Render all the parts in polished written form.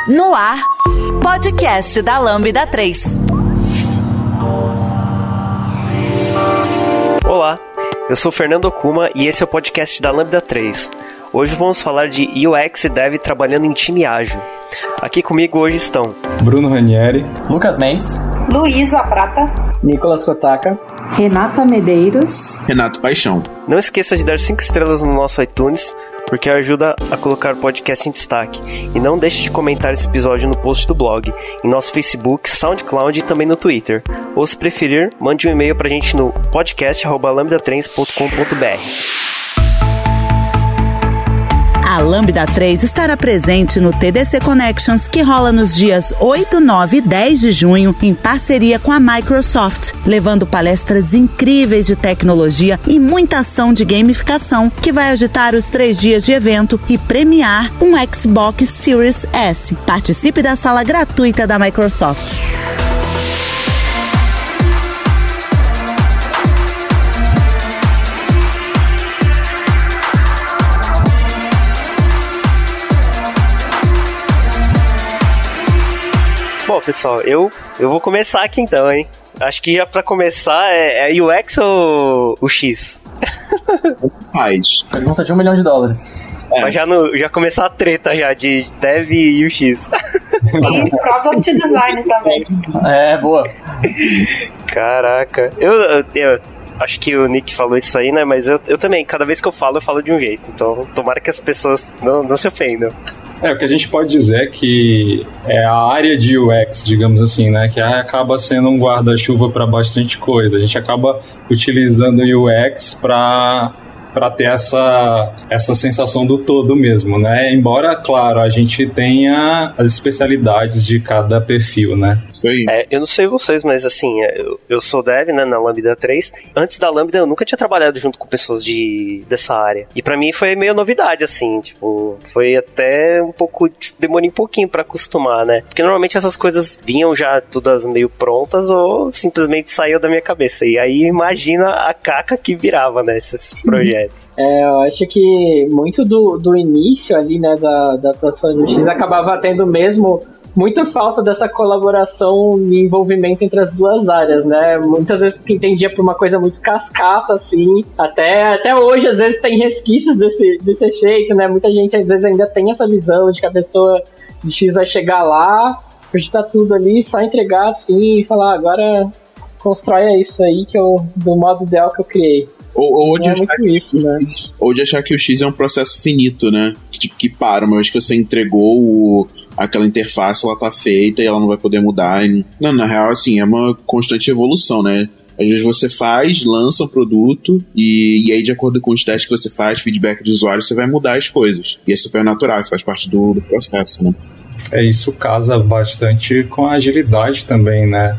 No ar, podcast da Lambda 3. Olá, eu sou Fernando Okuma e esse é o podcast da Lambda 3. Hoje vamos falar de UX e Dev trabalhando em time ágil. Aqui comigo hoje estão Bruno Ranieri, Lucas Mendes, Luísa Prata, Nicolas Kotaka, Renata Medeiros, Renato Paixão. Não esqueça de dar 5 estrelas no nosso iTunes, porque ajuda a colocar o podcast em destaque. E não deixe de comentar esse episódio no post do blog, em nosso Facebook, SoundCloud e também no Twitter. Ou se preferir, mande um e-mail pra gente no podcast@lambda3.com.br. A Lambda 3 estará presente no TDC Connections, que rola nos dias 8, 9 e 10 de junho, em parceria com a Microsoft, levando palestras incríveis de tecnologia e muita ação de gamificação, que vai agitar os 3 dias de evento e premiar um Xbox Series S. Participe da sala gratuita da Microsoft. Bom, pessoal, eu vou começar aqui então, hein? Acho que já pra começar é UX ou o X? Faz. Pergunta de $1 milhão. Mas já começar a treta já de Dev e o X. E Product Design também. É, boa. Caraca. Eu acho que o Nick falou isso aí, né? Mas eu também, cada vez que eu falo de um jeito. Então, tomara que as pessoas não se ofendam. O que a gente pode dizer é que é a área de UX, digamos assim, né, que acaba sendo um guarda-chuva para bastante coisa. A gente acaba utilizando o UX para ter essa sensação do todo mesmo, né? Embora, claro, a gente tenha as especialidades de cada perfil, né? Isso aí. Eu não sei vocês, mas assim, eu sou dev, né, na Lambda 3. Antes da Lambda, eu nunca tinha trabalhado junto com pessoas dessa área. E pra mim foi meio novidade, assim, tipo, foi até um pouco, demorei um pouquinho pra acostumar, né? Porque normalmente essas coisas vinham já todas meio prontas ou simplesmente saíam da minha cabeça. E aí imagina a caca que virava, né, esses projetos. Eu acho que muito do início ali, né, da atuação do X acabava tendo mesmo muita falta dessa colaboração e envolvimento entre as duas áreas, né? Muitas vezes que entendia por uma coisa muito cascata, assim, até hoje às vezes tem resquícios desse jeito, né? Muita gente às vezes ainda tem essa visão de que a pessoa de X vai chegar lá, projetar tudo ali, só entregar assim e falar, agora constrói isso aí que do modo ideal que eu criei. Ou de achar né? Ou de achar que o X é um processo finito, né? Que para, uma vez que você entregou aquela interface, ela tá feita e ela não vai poder mudar. Não, na real, assim, é uma constante evolução, né? Às vezes você lança um produto e aí, de acordo com os testes que você faz, feedback do usuário, você vai mudar as coisas. E é super natural, faz parte do processo, né? Isso casa bastante com a agilidade também, né?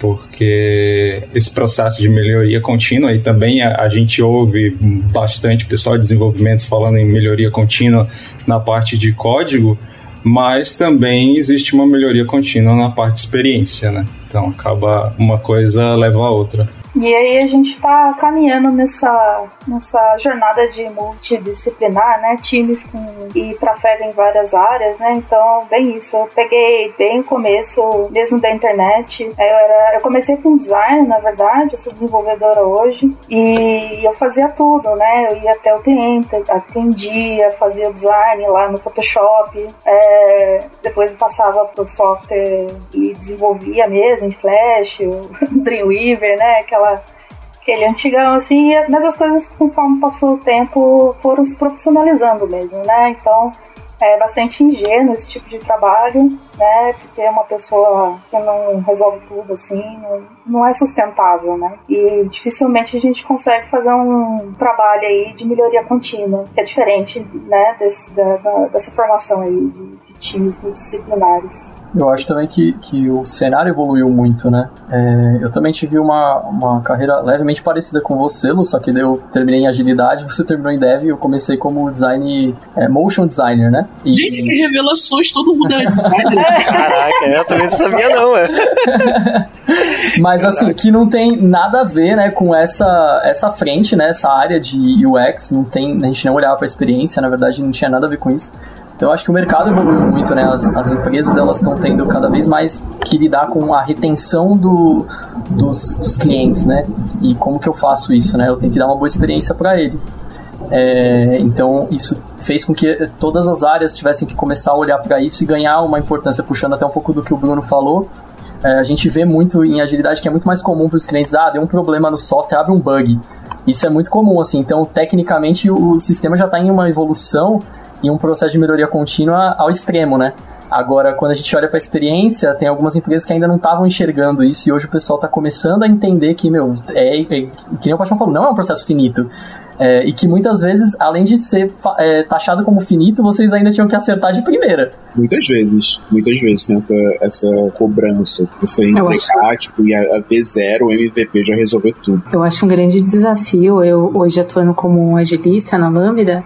Porque esse processo de melhoria contínua, e também a gente ouve bastante pessoal de desenvolvimento falando em melhoria contínua na parte de código, mas também existe uma melhoria contínua na parte de experiência, né? Então acaba uma coisa leva a outra. E aí a gente tá caminhando nessa jornada de multidisciplinar, né? Times que trafegam em várias áreas, né? Então, bem isso. Eu peguei bem o começo mesmo da internet. Eu comecei com design, na verdade. Eu sou desenvolvedora hoje. E eu fazia tudo, né? Eu ia até o cliente, atendia, fazia o design lá no Photoshop. Depois passava pro software e desenvolvia mesmo em Flash, o Dreamweaver, né? Aquele antigão, assim, mas as coisas, conforme passou o tempo, foram se profissionalizando mesmo, né? Então, é bastante ingênuo esse tipo de trabalho, né? Porque uma pessoa que não resolve tudo, assim, não é sustentável, né? E dificilmente a gente consegue fazer um trabalho aí de melhoria contínua, que é diferente, né, dessa formação aí de times multidisciplinares. Eu acho também que o cenário evoluiu muito, né? Eu também tive uma carreira levemente parecida com você, Lu, só que daí eu terminei em agilidade, você terminou em dev e eu comecei como motion designer, né? Gente, que revelações, todo mundo é designer. Caraca, eu também não sabia não, Mas assim, que não tem nada a ver, né, com essa frente, né, essa área de UX, a gente não olhava pra experiência, na verdade não tinha nada a ver com isso. Então eu acho que o mercado evoluiu muito, né? As empresas, elas estão tendo cada vez mais que lidar com a retenção dos clientes, né? E como que eu faço isso, né? Eu tenho que dar uma boa experiência para eles. Então isso fez com que todas as áreas tivessem que começar a olhar para isso e ganhar uma importância, puxando até um pouco do que o Bruno falou. A gente vê muito em agilidade que é muito mais comum para os clientes, deu um problema no software, abre um bug. Isso é muito comum, assim. Então, tecnicamente, o sistema já está em uma evolução e um processo de melhoria contínua ao extremo, né? Agora, quando a gente olha para a experiência, tem algumas empresas que ainda não estavam enxergando isso e hoje o pessoal está começando a entender que, que nem o Paixão falou, não é um processo finito. E que muitas vezes, além de ser taxado como finito, vocês ainda tinham que acertar de primeira. Muitas vezes tem essa cobrança. Você entregar, e a V0, o MVP já resolver tudo. Eu acho um grande desafio, eu hoje atuando como agilista na Lambda,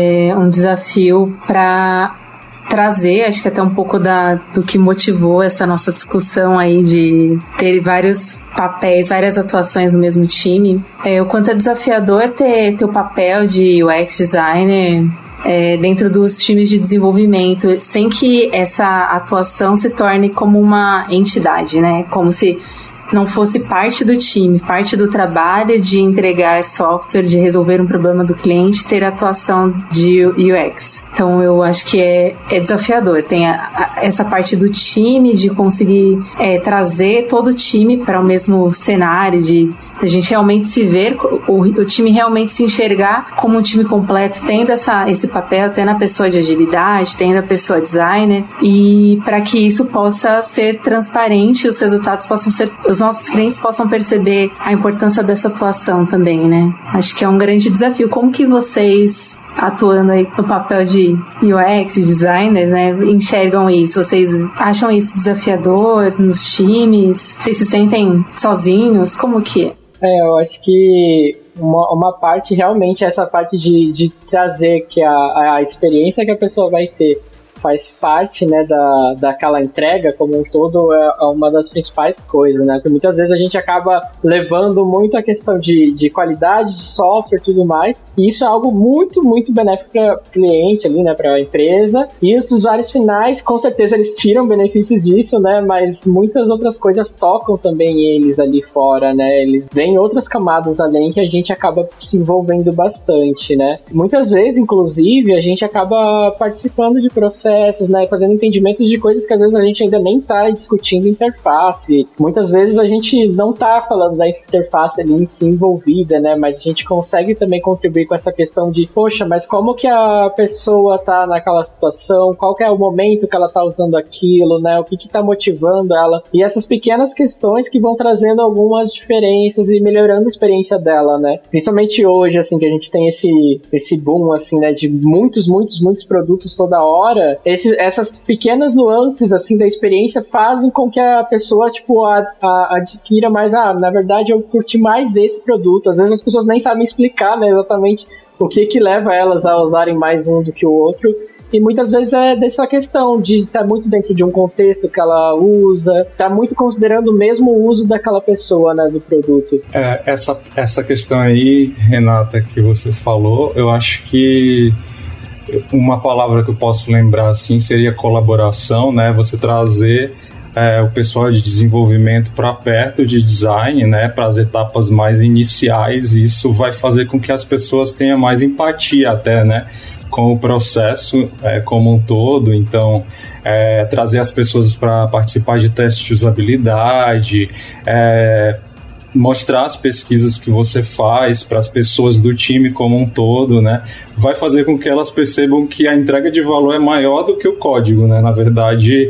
um desafio para trazer, acho que até um pouco do que motivou essa nossa discussão aí de ter vários papéis, várias atuações no mesmo time. O quanto é desafiador ter o papel de UX designer dentro dos times de desenvolvimento, sem que essa atuação se torne como uma entidade, né? Como se não fosse parte do time, parte do trabalho de entregar software, de resolver um problema do cliente, ter atuação de UX. Então eu acho que é desafiador. Tem essa parte do time, de conseguir trazer todo o time para o mesmo cenário, de a gente realmente se ver, o time realmente se enxergar como um time completo, tendo esse papel, tendo a pessoa de agilidade, tendo a pessoa designer, e para que isso possa ser transparente, os resultados possam ser, os nossos clientes possam perceber a importância dessa atuação também, né? Acho que é um grande desafio. Como que vocês, atuando aí no papel de UX, designers, né, enxergam isso? Vocês acham isso desafiador nos times? Vocês se sentem sozinhos? Como que é? Eu acho que uma parte realmente é essa parte de trazer que a experiência que a pessoa vai ter faz parte, né, daquela entrega como um todo, é uma das principais coisas, né? Porque muitas vezes a gente acaba levando muito a questão de qualidade de software e tudo mais, e isso é algo muito, muito benéfico para o cliente ali, né, para a empresa, e os usuários finais, com certeza eles tiram benefícios disso, né, mas muitas outras coisas tocam também eles ali fora, né? Eles vêm outras camadas além que a gente acaba se envolvendo bastante, né? Muitas vezes, inclusive, a gente acaba participando de processos, né, fazendo entendimentos de coisas que às vezes a gente ainda nem está discutindo interface. Muitas vezes a gente não está falando da interface ali em si envolvida, né, mas a gente consegue também contribuir com essa questão de, poxa, mas como que a pessoa está naquela situação, qual que é o momento que ela está usando aquilo, né, o que está motivando ela, e essas pequenas questões que vão trazendo algumas diferenças e melhorando a experiência dela, né, principalmente hoje, assim, que a gente tem esse boom, assim, né, de muitos produtos toda hora. Essas pequenas nuances, assim, da experiência fazem com que a pessoa, tipo, adquira mais, na verdade eu curti mais esse produto. Às vezes as pessoas nem sabem explicar, né, exatamente o que leva elas a usarem mais um do que o outro. E muitas vezes é dessa questão de estar muito dentro de um contexto que ela usa, estar muito considerando o mesmo uso daquela pessoa, né, do produto. Essa questão aí, Renata, que você falou, eu acho que uma palavra que eu posso lembrar assim seria colaboração, né? Você trazer o pessoal de desenvolvimento para perto de design, né? Para as etapas mais iniciais. Isso vai fazer com que as pessoas tenham mais empatia até, né? Com o processo como um todo. Então, trazer as pessoas para participar de testes de usabilidade, mostrar as pesquisas que você faz para as pessoas do time como um todo, né? Vai fazer com que elas percebam que a entrega de valor é maior do que o código, né? Na verdade,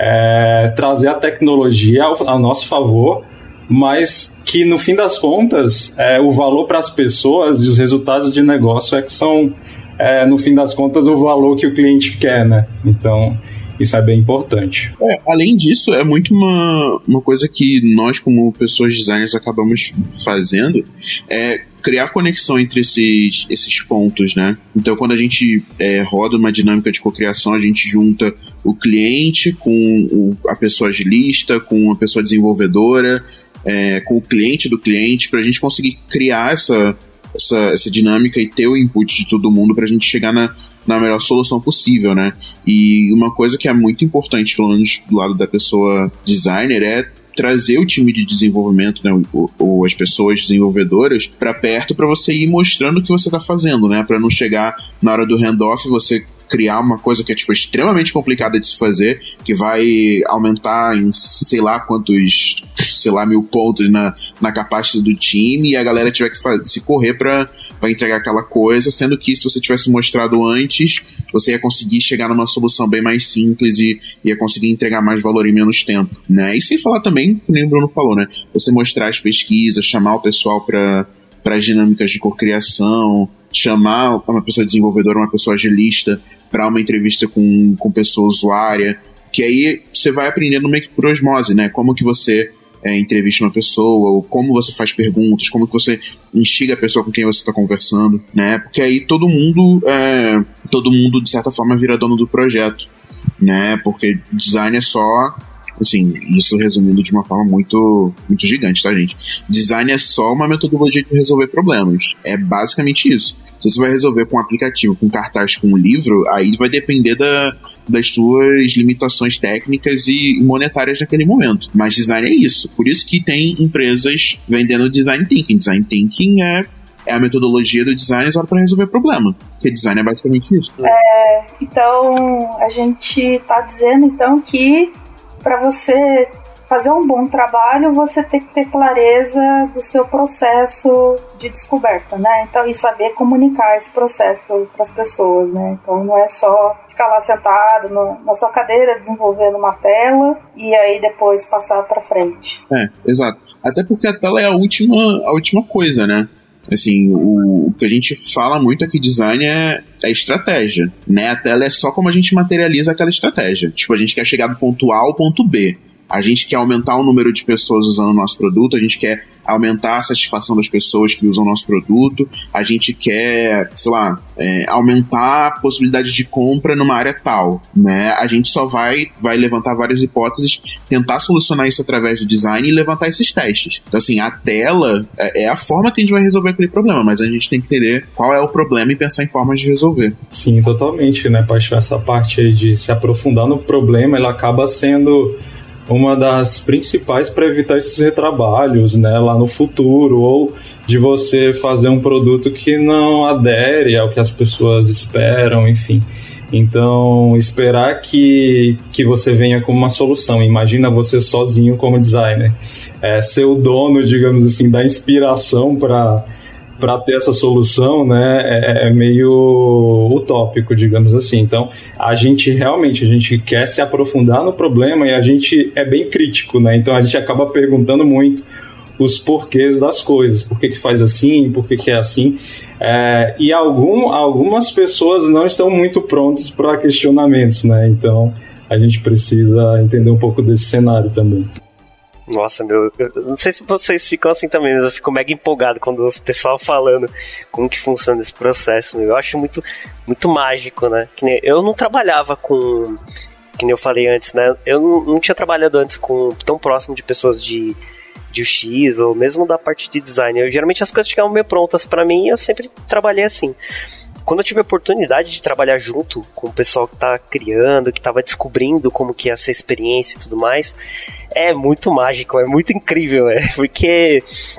trazer a tecnologia ao nosso favor, mas que no fim das contas, o valor para as pessoas e os resultados de negócio que são, no fim das contas, o valor que o cliente quer, né? Então, isso é bem importante. Além disso, é muito uma coisa que nós, como pessoas designers, acabamos fazendo, criar conexão entre esses pontos, né? Então, quando a gente roda uma dinâmica de cocriação, a gente junta o cliente com a pessoa agilista, com a pessoa desenvolvedora, com o cliente do cliente, para a gente conseguir criar essa dinâmica e ter o input de todo mundo para a gente chegar na melhor solução possível, né? E uma coisa que é muito importante, pelo menos do lado da pessoa designer, é trazer o time de desenvolvimento, né, ou as pessoas desenvolvedoras para perto para você ir mostrando o que você está fazendo, né, para não chegar na hora do handoff você criar uma coisa que é tipo extremamente complicada de se fazer, que vai aumentar em sei lá quantos, sei lá, 1000 pontos na capacidade do time, e a galera tiver que se correr para entregar aquela coisa, sendo que se você tivesse mostrado antes, você ia conseguir chegar numa solução bem mais simples e ia conseguir entregar mais valor em menos tempo, né? E sem falar também, como o Bruno falou, né, você mostrar as pesquisas, chamar o pessoal para as dinâmicas de cocriação, chamar uma pessoa desenvolvedora, uma pessoa agilista para uma entrevista com pessoa usuária, que aí você vai aprendendo meio que por osmose, né? Como que você entrevista uma pessoa, ou como você faz perguntas, como que você instiga a pessoa com quem você está conversando, né? Porque aí todo mundo, de certa forma, vira dono do projeto, né? Porque design é só... Assim, isso resumindo de uma forma muito, muito gigante, tá, gente? Design é só uma metodologia de resolver problemas. É basicamente isso. Se você vai resolver com um aplicativo, com cartaz, com um livro, aí vai depender das suas limitações técnicas e monetárias naquele momento. Mas design é isso. Por isso que tem empresas vendendo design thinking. Design thinking é a metodologia do design usada para resolver problema. Porque design é basicamente isso. Então, a gente tá dizendo então que para você fazer um bom trabalho, você tem que ter clareza do seu processo de descoberta, né? Então, e saber comunicar esse processo para as pessoas, né? Então, não é só ficar lá sentado na sua cadeira desenvolvendo uma tela e aí depois passar para frente. Exato. Até porque a tela é a última coisa, né? Assim, o que a gente fala muito aqui design é estratégia, né? A tela é só como a gente materializa aquela estratégia. Tipo, a gente quer chegar do ponto A ao ponto B. A gente quer aumentar o número de pessoas usando o nosso produto, a gente quer aumentar a satisfação das pessoas que usam o nosso produto, a gente quer, sei lá, aumentar a possibilidade de compra numa área tal, né? A gente só vai levantar várias hipóteses, tentar solucionar isso através do design e levantar esses testes. Então, assim, a tela é a forma que a gente vai resolver aquele problema, mas a gente tem que entender qual é o problema e pensar em formas de resolver. Sim, totalmente, né, Paixão? Essa parte aí de se aprofundar no problema, ela acaba sendo uma das principais para evitar esses retrabalhos, né, lá no futuro, ou de você fazer um produto que não adere ao que as pessoas esperam, enfim. Então, esperar que você venha com uma solução. Imagina você sozinho como designer. Ser o dono, digamos assim, da inspiração para ter essa solução, né, é meio utópico, digamos assim. Então, a gente quer se aprofundar no problema e a gente é bem crítico, né? Então, a gente acaba perguntando muito os porquês das coisas. Por que faz assim? Por que é assim? E algumas pessoas não estão muito prontas para questionamentos, né? Então, a gente precisa entender um pouco desse cenário também. Nossa, eu não sei se vocês ficam assim também, mas eu fico mega empolgado quando o pessoal falando como que funciona esse processo. Eu acho muito, muito mágico, né? Que nem, eu não trabalhava com, que nem eu falei antes, né? Eu não tinha trabalhado antes tão próximo de pessoas de UX ou mesmo da parte de design. Geralmente as coisas ficavam meio prontas pra mim e eu sempre trabalhei assim. Quando eu tive a oportunidade de trabalhar junto com o pessoal que tá criando, que tava descobrindo como que ia ser a experiência e tudo mais, é muito mágico, é muito incrível, porque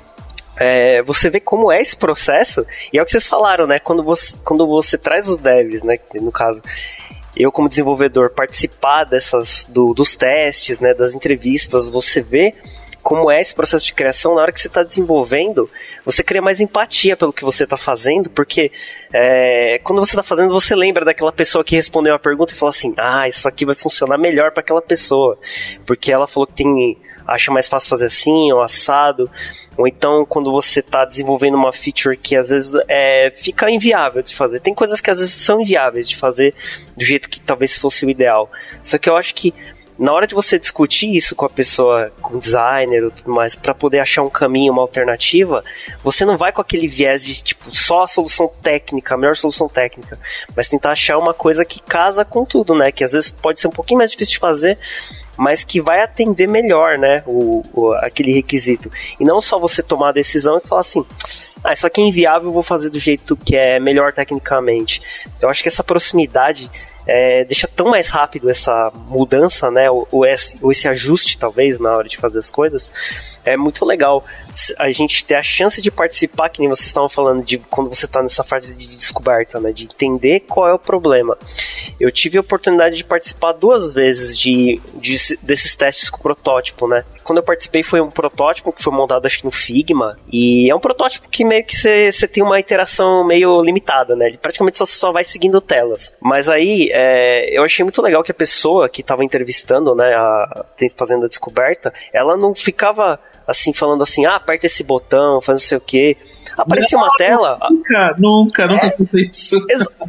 você vê como é esse processo, e é o que vocês falaram, né, quando você traz os devs, né, no caso, eu como desenvolvedor participar dos testes, né, das entrevistas, você vê como é esse processo de criação. Na hora que você está desenvolvendo, você cria mais empatia pelo que você está fazendo, porque quando você está fazendo, você lembra daquela pessoa que respondeu uma pergunta e falou assim, isso aqui vai funcionar melhor para aquela pessoa, porque ela falou que acha mais fácil fazer assim, ou assado. Ou então, quando você está desenvolvendo uma feature que às vezes fica inviável de fazer. Tem coisas que às vezes são inviáveis de fazer do jeito que talvez fosse o ideal. Só que eu acho que na hora de você discutir isso com a pessoa, com o designer ou tudo mais, para poder achar um caminho, uma alternativa, você não vai com aquele viés de, tipo, só a solução técnica, a melhor solução técnica, mas tentar achar uma coisa que casa com tudo, né? Que às vezes pode ser um pouquinho mais difícil de fazer, mas que vai atender melhor, né? Aquele requisito. E não só você tomar a decisão e falar assim, isso aqui é inviável, eu vou fazer do jeito que é melhor tecnicamente. Eu acho que essa proximidade deixa tão mais rápido essa mudança, né, ou esse ajuste, talvez, na hora de fazer as coisas. É muito legal a gente ter a chance de participar, que nem vocês estavam falando, de quando você está nessa fase de descoberta, né, de entender qual é o problema. Eu tive a oportunidade de participar 2 vezes desses testes com protótipo, né. Quando eu participei foi um protótipo que foi montado, acho que no Figma, e é um protótipo que meio que você tem uma interação meio limitada, né, ele praticamente só vai seguindo telas. Mas aí, eu achei muito legal que a pessoa que estava entrevistando, né, fazendo a descoberta, ela não ficava assim, falando assim, aperta esse botão, faz não sei o que. Aparecia uma tela. Nunca fiz isso.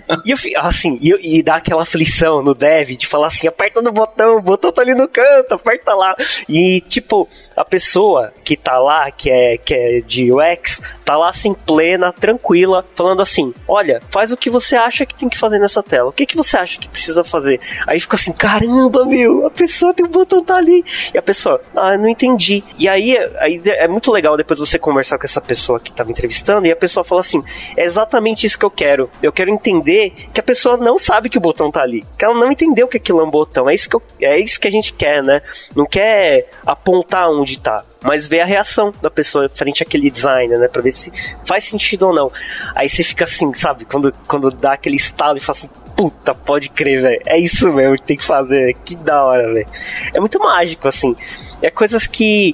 E dá aquela aflição no dev de falar assim, aperta no botão, o botão tá ali no canto, aperta lá. E tipo, a pessoa que tá lá, que é de UX, tá lá assim, plena, tranquila, falando assim, olha, faz o que você acha que tem que fazer nessa tela. O que você acha que precisa fazer? Aí fica assim, caramba, meu, a pessoa tem um botão, tá ali. E a pessoa, não entendi. E aí é muito legal depois você conversar com essa pessoa que tava entrevistando, e a pessoa fala assim, é exatamente isso que eu quero. Eu quero entender que a pessoa não sabe que o botão tá ali, que ela não entendeu que aquilo é um botão. É isso que a gente quer, né? Não quer apontar onde tá, mas ver a reação da pessoa frente àquele design, né? Pra ver se faz sentido ou não. Aí você fica assim, sabe? Quando dá aquele estalo e fala assim, puta, pode crer, velho. É isso mesmo que tem que fazer. Que da hora, velho. É muito mágico, assim. É coisas que...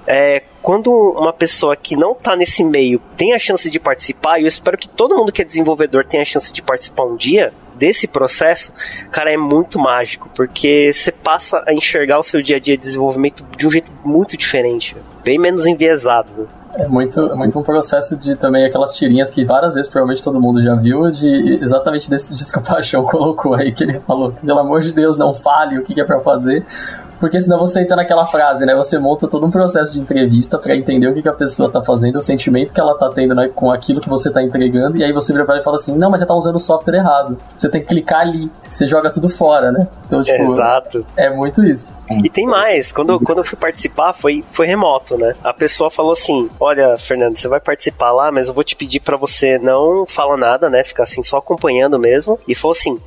quando uma pessoa que não tá nesse meio tem a chance de participar, e eu espero que todo mundo que é desenvolvedor tenha a chance de participar um dia desse processo, cara, é muito mágico, porque você passa a enxergar o seu dia a dia de desenvolvimento de um jeito muito diferente, bem menos enviesado. É muito um processo de também aquelas tirinhas que várias vezes provavelmente todo mundo já viu, de exatamente desse disco que o Paixão colocou aí, que ele falou, pelo amor de Deus, não fale o que é pra fazer. Porque senão você entra naquela frase, né? Você monta todo um processo de entrevista pra entender o que a pessoa tá fazendo, o sentimento que ela tá tendo, né, com aquilo que você tá entregando, e aí você vira pra ela e fala assim, não, mas você tá usando o software errado. Você tem que clicar ali, você joga tudo fora, né? Então, tipo, exato. É muito isso. E tem mais, quando eu fui participar, foi remoto, né? A pessoa falou assim, olha, Fernando, você vai participar lá, mas eu vou te pedir pra você não falar nada, né? Ficar assim, só acompanhando mesmo. E falou assim,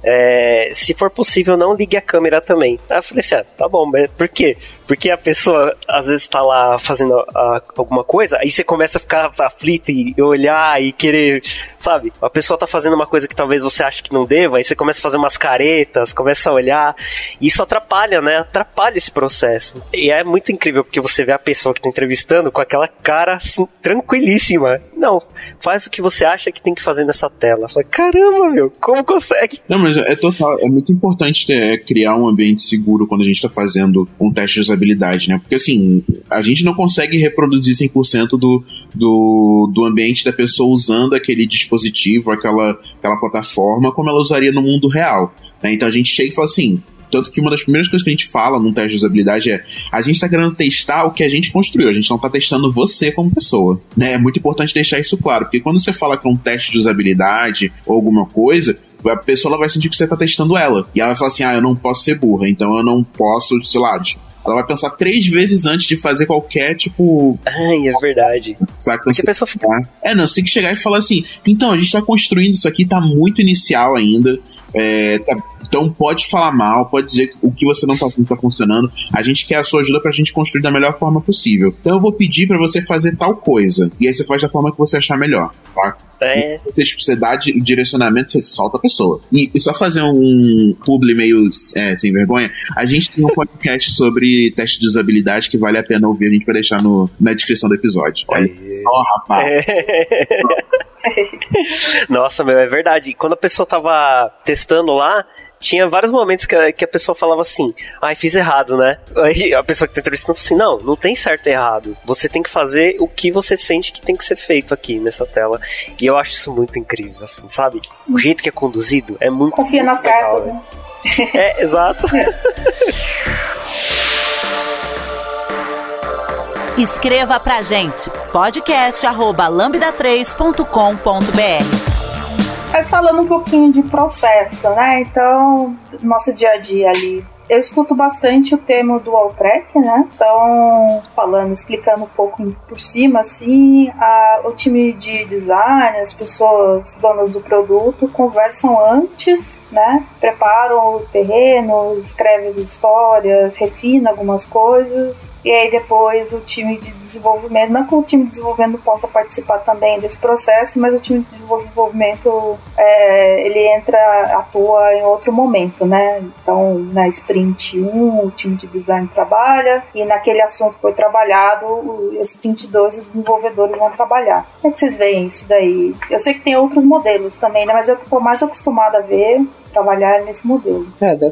se for possível, não ligue a câmera também. Aí eu falei assim, tá bom, por quê? Porque a pessoa às vezes tá lá fazendo alguma coisa, aí você começa a ficar aflito e olhar e querer, sabe? A pessoa tá fazendo uma coisa que talvez você ache que não deva, aí você começa a fazer umas caretas, começa a olhar, e isso atrapalha, né? Atrapalha esse processo. E é muito incrível, porque você vê a pessoa que tá entrevistando com aquela cara assim, tranquilíssima. Não, faz o que você acha que tem que fazer nessa tela. Fala, caramba, meu, como consegue? Não, mas é muito importante criar um ambiente seguro quando a gente tá fazendo um teste de usabilidade, né? Porque assim, a gente não consegue reproduzir 100% do ambiente da pessoa usando aquele dispositivo, aquela plataforma, como ela usaria no mundo real, né? Então a gente chega e fala assim, tanto que uma das primeiras coisas que a gente fala num teste de usabilidade é, a gente tá querendo testar o que a gente construiu, a gente não tá testando você como pessoa, né? É muito importante deixar isso claro, porque quando você fala que é um teste de usabilidade ou alguma coisa, a pessoa ela vai sentir que você tá testando ela, e ela vai falar assim, eu não posso ser burra, então eu não posso, sei lá, ela vai pensar 3 vezes antes de fazer qualquer, tipo... é verdade. Sabe? Porque a pessoa fica... não, você tem que chegar e falar assim, então, a gente tá construindo isso aqui, tá muito inicial ainda, então pode falar mal, pode dizer o que você não tá funcionando, a gente quer a sua ajuda pra gente construir da melhor forma possível. Então eu vou pedir pra você fazer tal coisa, e aí você faz da forma que você achar melhor, tá? Você dá direcionamento, você solta a pessoa. E só fazer um publi meio sem vergonha, a gente tem um podcast sobre teste de usabilidade que vale a pena ouvir, a gente vai deixar na descrição do episódio. Olha só, rapaz. Nossa, meu, é verdade. Quando a pessoa tava testando lá, tinha vários momentos que a pessoa falava assim, fiz errado, né? Aí a pessoa que tá entrevistando falou assim, não tem certo e errado. Você tem que fazer o que você sente que tem que ser feito aqui nessa tela. E eu acho isso muito incrível, assim, sabe? O jeito que é conduzido é muito Confia muito nas legal, cartas, né? Exato. Escreva pra gente, podcast@lambda3.com.br. Mas falando um pouquinho de processo, né? Então, nosso dia a dia ali, Eu escuto bastante o termo dual track, né? Então, explicando um pouco por cima, assim, o time de design, as pessoas donas do produto, conversam antes, né? Preparam o terreno, escrevem as histórias, refina algumas coisas, e aí depois o time de desenvolvimento, não que o time de desenvolvimento possa participar também desse processo, mas o time de desenvolvimento, ele atua em outro momento, né? Então, na Sprint 1, o time de design trabalha, e naquele assunto que foi trabalhado, esse Sprint 2, os desenvolvedores vão trabalhar. Como é que vocês veem isso daí? Eu sei que tem outros modelos também, né? Mas eu estou mais acostumada a ver trabalhar nesse modelo.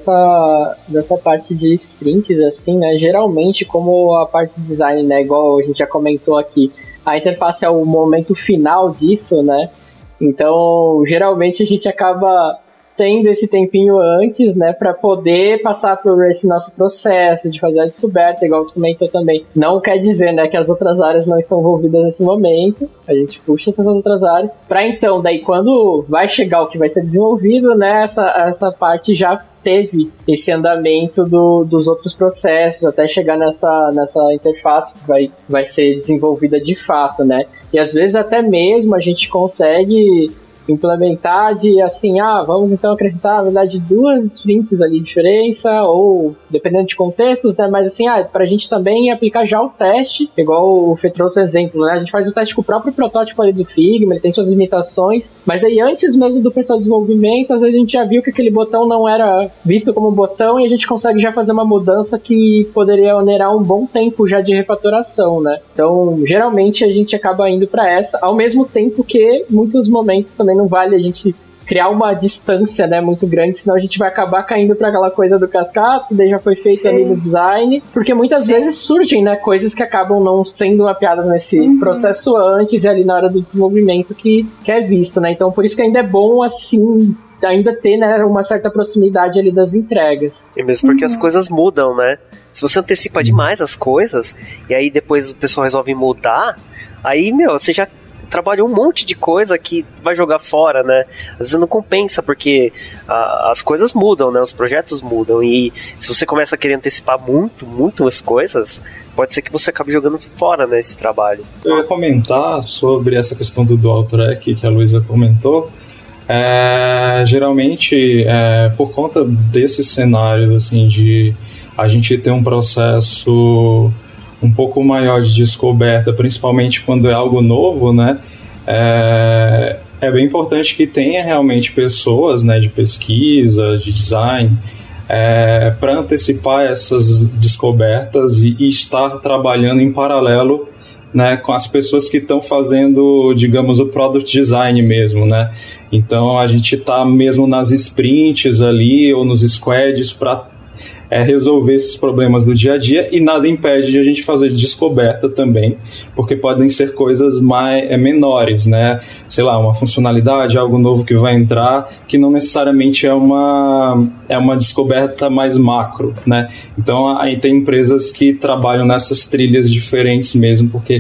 Dessa parte de sprints, assim, né? Geralmente, como a parte de design, né? Igual a gente já comentou aqui, a interface é o momento final disso, né? Então, geralmente a gente acaba tendo esse tempinho antes, né, para poder passar por esse nosso processo de fazer a descoberta, igual tu comentou também. Não quer dizer, né, que as outras áreas não estão envolvidas nesse momento. A gente puxa essas outras áreas para então, daí quando vai chegar o que vai ser desenvolvido, né, essa parte já teve esse andamento dos outros processos até chegar nessa interface que vai ser desenvolvida de fato, né? E às vezes até mesmo a gente consegue implementar de assim, vamos então acrescentar, na verdade, 2 sprints ali de diferença, ou dependendo de contextos, né, mas assim, pra gente também aplicar já o teste, igual o Fê trouxe o exemplo, né, a gente faz o teste com o próprio protótipo ali do Figma, ele tem suas limitações, mas daí antes mesmo do pessoal de desenvolvimento, às vezes a gente já viu que aquele botão não era visto como botão e a gente consegue já fazer uma mudança que poderia onerar um bom tempo já de refatoração, né, então geralmente a gente acaba indo pra essa, ao mesmo tempo que muitos momentos também não vale a gente criar uma distância, né, muito grande, senão a gente vai acabar caindo para aquela coisa do cascata, que daí já foi feito ali no design, porque muitas vezes surgem, né, coisas que acabam não sendo mapeadas nesse processo antes e ali na hora do desenvolvimento que é visto, né, então por isso que ainda é bom, assim, ainda ter, né, uma certa proximidade ali das entregas. E mesmo porque as coisas mudam, né, se você antecipa demais as coisas, e aí depois o pessoal resolve mudar, aí, você já trabalhou um monte de coisa que vai jogar fora, né? Às vezes não compensa, porque as coisas mudam, né? Os projetos mudam, e se você começa a querer antecipar muito as coisas, pode ser que você acabe jogando fora, né, esse trabalho. Eu ia comentar sobre essa questão do dual track que a Luísa comentou. Geralmente, por conta desses cenários, assim, de a gente ter um processo um pouco maior de descoberta, principalmente quando é algo novo, né? É bem importante que tenha realmente pessoas, né, de pesquisa, de design, para antecipar essas descobertas e estar trabalhando em paralelo, né, com as pessoas que estão fazendo, digamos, o product design mesmo, né? Então a gente está mesmo nas sprints ali ou nos squads para resolver esses problemas do dia a dia, e nada impede de a gente fazer descoberta também, porque podem ser coisas menores, né? Sei lá, uma funcionalidade, algo novo que vai entrar, que não necessariamente é uma descoberta mais macro, né? Então aí tem empresas que trabalham nessas trilhas diferentes mesmo, porque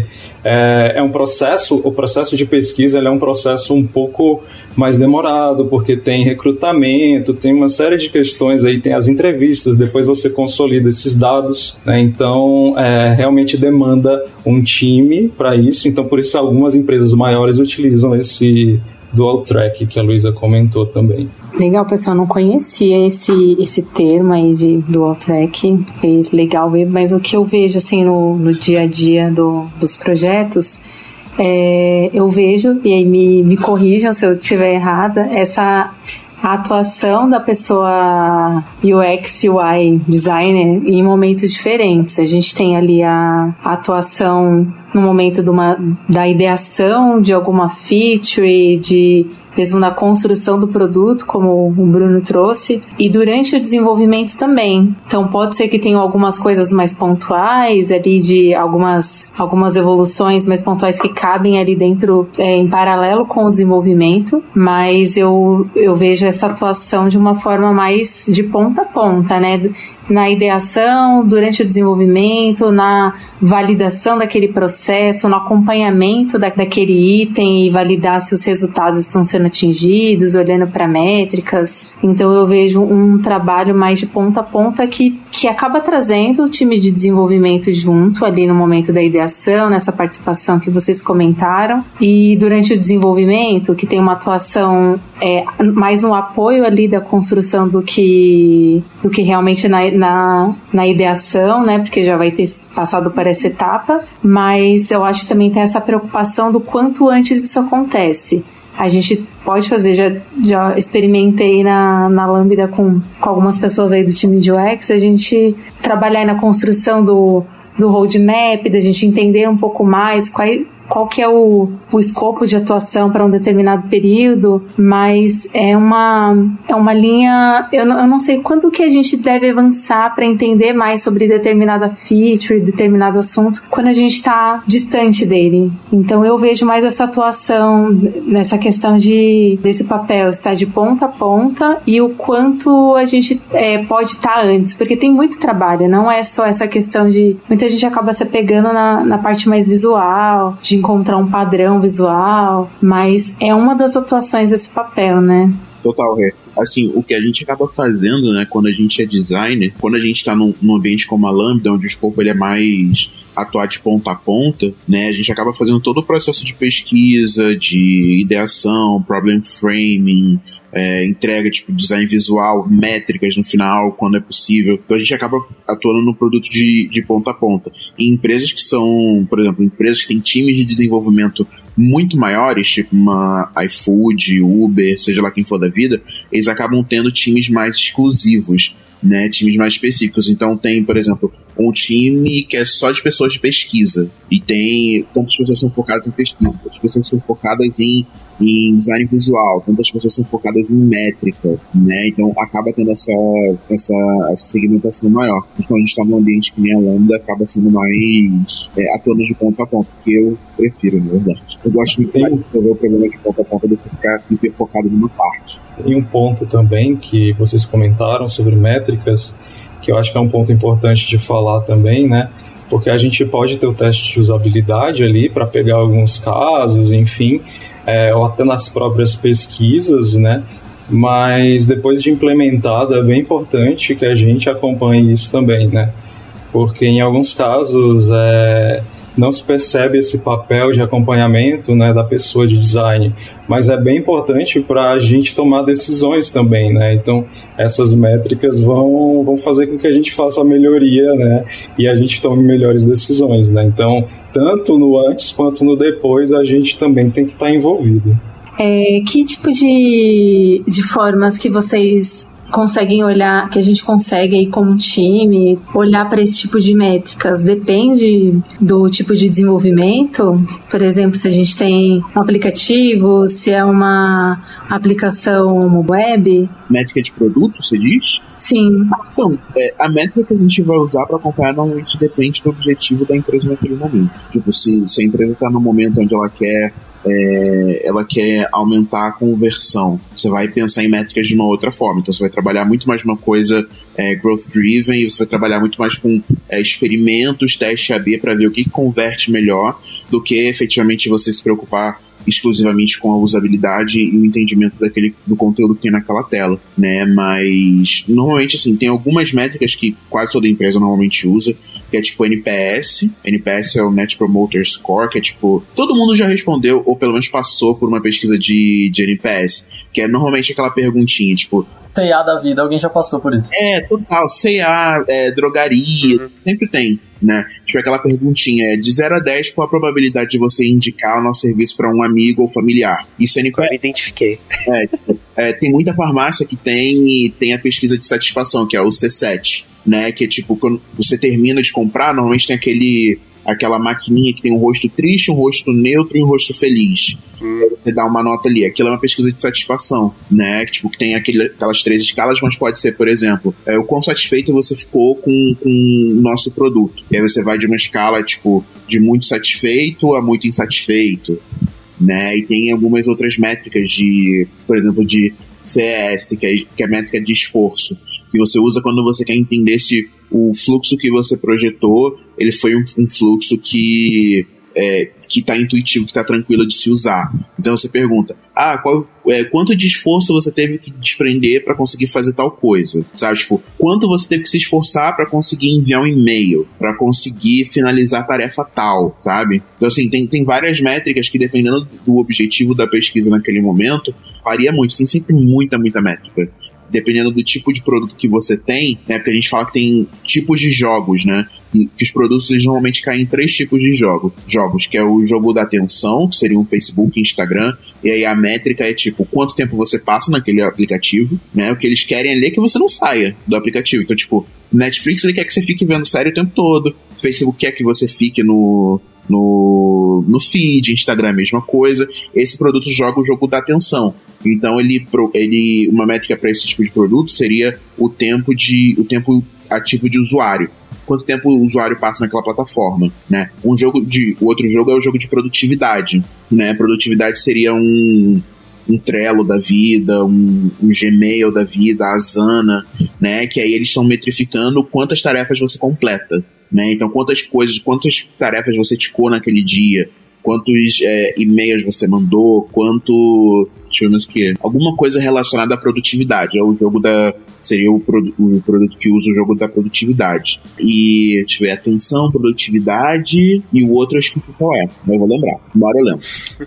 o processo de pesquisa é um processo um pouco mais demorado, porque tem recrutamento, tem uma série de questões aí, tem as entrevistas, depois você consolida esses dados, né? Então realmente demanda um time para isso, então por isso algumas empresas maiores utilizam esse dual track que a Luísa comentou também. Legal, pessoal, não conhecia esse termo aí de dual track, foi legal ver, mas o que eu vejo assim no dia a dia dos projetos, eu vejo, e aí me corrijam se eu estiver errada, essa atuação da pessoa UX, UI designer em momentos diferentes. A gente tem ali a atuação no momento da ideação de alguma feature, mesmo na construção do produto, como o Bruno trouxe, e durante o desenvolvimento também. Então pode ser que tenham algumas coisas mais pontuais ali, de algumas evoluções mais pontuais que cabem ali dentro, em paralelo com o desenvolvimento, mas eu vejo essa atuação de uma forma mais de ponta a ponta, né? Na ideação, durante o desenvolvimento, na validação daquele processo, no acompanhamento daquele item e validar se os resultados estão sendo atingidos, olhando para métricas. Então eu vejo um trabalho mais de ponta a ponta que acaba trazendo o time de desenvolvimento junto ali no momento da ideação, nessa participação que vocês comentaram. E durante o desenvolvimento, que tem uma atuação mais no apoio ali da construção do que realmente na ideação, né? Porque já vai ter passado por essa etapa. Mas eu acho que também tem essa preocupação do quanto antes isso acontece. A gente pode fazer, já experimentei na Lambda com algumas pessoas aí do time de UX, a gente trabalhar aí na construção do roadmap, da gente entender um pouco mais qual que é o escopo de atuação para um determinado período, mas é uma linha, eu não sei quanto que a gente deve avançar para entender mais sobre determinada feature, determinado assunto, quando a gente está distante dele. Então eu vejo mais essa atuação nessa questão desse papel estar de ponta a ponta e o quanto a gente pode estar antes, porque tem muito trabalho, não é só essa questão de... Muita gente acaba se pegando na parte mais visual, de encontrar um padrão visual, mas é uma das atuações desse papel, né? Total, assim, o que a gente acaba fazendo, né, quando a gente é designer, quando a gente tá num ambiente como a Lambda, onde o escopo ele é mais atuar de ponta a ponta, né, a gente acaba fazendo todo o processo de pesquisa, de ideação, problem framing, entrega, tipo, design visual, métricas no final, quando é possível. Então a gente acaba atuando no produto de ponta a ponta. Em empresas que são, por exemplo, empresas que têm times de desenvolvimento muito maiores, tipo uma iFood, Uber, seja lá quem for da vida, eles acabam tendo times mais exclusivos, né, times mais específicos. Então tem, por exemplo, um time que é só de pessoas de pesquisa, e tem tantas pessoas são focadas em pesquisa, tantas pessoas são focadas em design visual, tantas pessoas são focadas em métrica, né? Então acaba tendo essa segmentação maior. Mas quando a gente está num ambiente que nem a Lambda, acaba sendo mais atuando de ponta a ponta, que eu prefiro, na verdade. Eu gosto muito mais de resolver o problema de ponta a ponta do que ficar hiper focado numa parte. E um ponto também que vocês comentaram sobre métricas, que eu acho que é um ponto importante de falar também, né? Porque a gente pode ter o teste de usabilidade ali para pegar alguns casos, enfim, ou até nas próprias pesquisas, né? Mas depois de implementado é bem importante que a gente acompanhe isso também, né? Porque em alguns casos não se percebe esse papel de acompanhamento, né, da pessoa de design, mas é bem importante para a gente tomar decisões também, né? Então essas métricas vão fazer com que a gente faça a melhoria, né, e a gente tome melhores decisões, né? Então tanto no antes quanto no depois a gente também tem que estar envolvido. Que tipo de formas que vocês conseguem olhar, que a gente consegue aí como time, olhar para esse tipo de métricas? Depende do tipo de desenvolvimento? Por exemplo, se a gente tem um aplicativo, se é uma aplicação web? Métrica de produto, você diz? Sim. Então, a métrica que a gente vai usar para acompanhar normalmente depende do objetivo da empresa naquele momento. Tipo, se a empresa está no momento onde ela quer aumentar a conversão, você vai pensar em métricas de uma outra forma. Então você vai trabalhar muito mais uma coisa growth driven, e você vai trabalhar muito mais com experimentos, teste AB, para ver o que converte melhor, do que efetivamente você se preocupar exclusivamente com a usabilidade e o entendimento do conteúdo que tem naquela tela, né? Mas normalmente, assim, tem algumas métricas que quase toda empresa normalmente usa, que é tipo NPS. NPS é o Net Promoter Score, que é tipo, todo mundo já respondeu, ou pelo menos passou por uma pesquisa de NPS, que é normalmente aquela perguntinha, tipo, C&A da vida, alguém já passou por isso. Total, C&A, drogaria, sempre tem, né? Tipo aquela perguntinha, de 0 a 10, qual a probabilidade de você indicar o nosso serviço para um amigo ou familiar? Isso é NPS. Eu me identifiquei. Tem muita farmácia que tem a pesquisa de satisfação, que é o C7, né? Que é tipo, quando você termina de comprar, normalmente tem aquela maquininha que tem um rosto triste, um rosto neutro e um rosto feliz. Você dá uma nota ali. Aquilo é uma pesquisa de satisfação, né? Tipo, que tem aquelas 3 escalas, mas pode ser, por exemplo, o quão satisfeito você ficou com o nosso produto. E aí você vai de uma escala, tipo, de muito satisfeito a muito insatisfeito, né? E tem algumas outras métricas por exemplo, de CES, que é a métrica de esforço, que você usa quando você quer entender se o fluxo que você projetou, ele foi um fluxo que que tá intuitivo, que tá tranquilo de se usar. Então você pergunta, quanto de esforço você teve que desprender para conseguir fazer tal coisa, sabe? Tipo, quanto você teve que se esforçar para conseguir enviar um e-mail, para conseguir finalizar a tarefa tal, sabe? Então assim, tem várias métricas que, dependendo do objetivo da pesquisa naquele momento, varia muito. Tem sempre muita métrica. Dependendo do tipo de produto que você tem, né? Porque a gente fala que tem tipos de jogos, né? E que os produtos, eles normalmente caem em 3 tipos de jogos, que é o jogo da atenção, que seria um Facebook, Instagram, e aí a métrica é tipo, quanto tempo você passa naquele aplicativo, né? O que eles querem é ler que você não saia do aplicativo. Então, tipo, Netflix, ele quer que você fique vendo série o tempo todo, Facebook quer que você fique no feed, Instagram é a mesma coisa. Esse produto joga o jogo da atenção. Então uma métrica para esse tipo de produto seria o tempo ativo de usuário. Quanto tempo o usuário passa naquela plataforma, né? O outro jogo é o jogo de produtividade, né? Produtividade seria um Trello da vida, um Gmail da vida, a Asana, né? Que aí eles estão metrificando quantas tarefas você completa, né? Então, quantas tarefas você ticou naquele dia, quantos e-mails você mandou, deixa eu ver o que, alguma coisa relacionada à produtividade. Seria o produto que usa o jogo da produtividade. E, deixa eu ver, atenção, produtividade, e o outro eu acho que qual é, mas eu vou lembrar, embora eu lembro.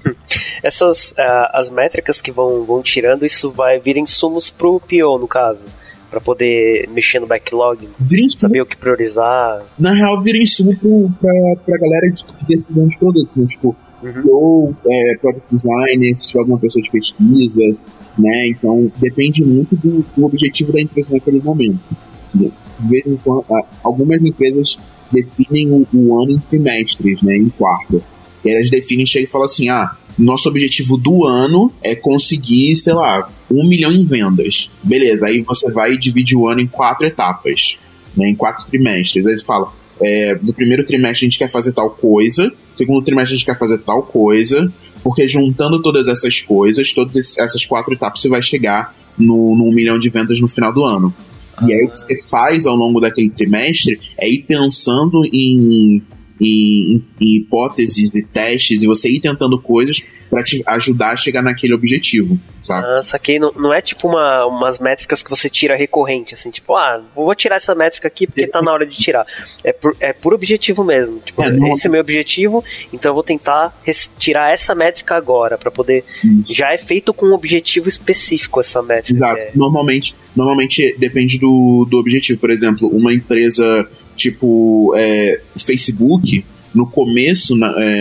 Essas, as métricas que vão tirando, isso vai vir insumos pro PO, no caso, pra poder mexer no backlog, saber o que priorizar. Na real, vira insumo pra galera de decisão de produto, né? Tipo, ou product designer, se tiver alguma pessoa de pesquisa, né? Então, depende muito do objetivo da empresa naquele momento. De vez em quando, algumas empresas definem o ano em trimestres, né? Em quarto. E elas definem, chegam e falam assim, nosso objetivo do ano é conseguir, sei lá, 1 milhão em vendas. Beleza, aí você vai e divide o ano em 4 etapas, né, em 4 trimestres. Aí você fala, no primeiro trimestre a gente quer fazer tal coisa, no segundo trimestre a gente quer fazer tal coisa, porque juntando todas essas coisas, todas essas 4 etapas, você vai chegar no 1 milhão de vendas no final do ano. E aí o que você faz ao longo daquele trimestre é ir pensando em hipóteses e testes, e você ir tentando coisas para te ajudar a chegar naquele objetivo, sabe? Saquei. Não é tipo umas métricas que você tira recorrente, assim, tipo, vou tirar essa métrica aqui porque tá na hora de tirar. É por objetivo mesmo. Tipo, esse é meu objetivo, então eu vou tentar tirar essa métrica agora, para poder... Isso. Já é feito com um objetivo específico essa métrica. Exato. Normalmente depende do objetivo. Por exemplo, uma empresa tipo o Facebook, no começo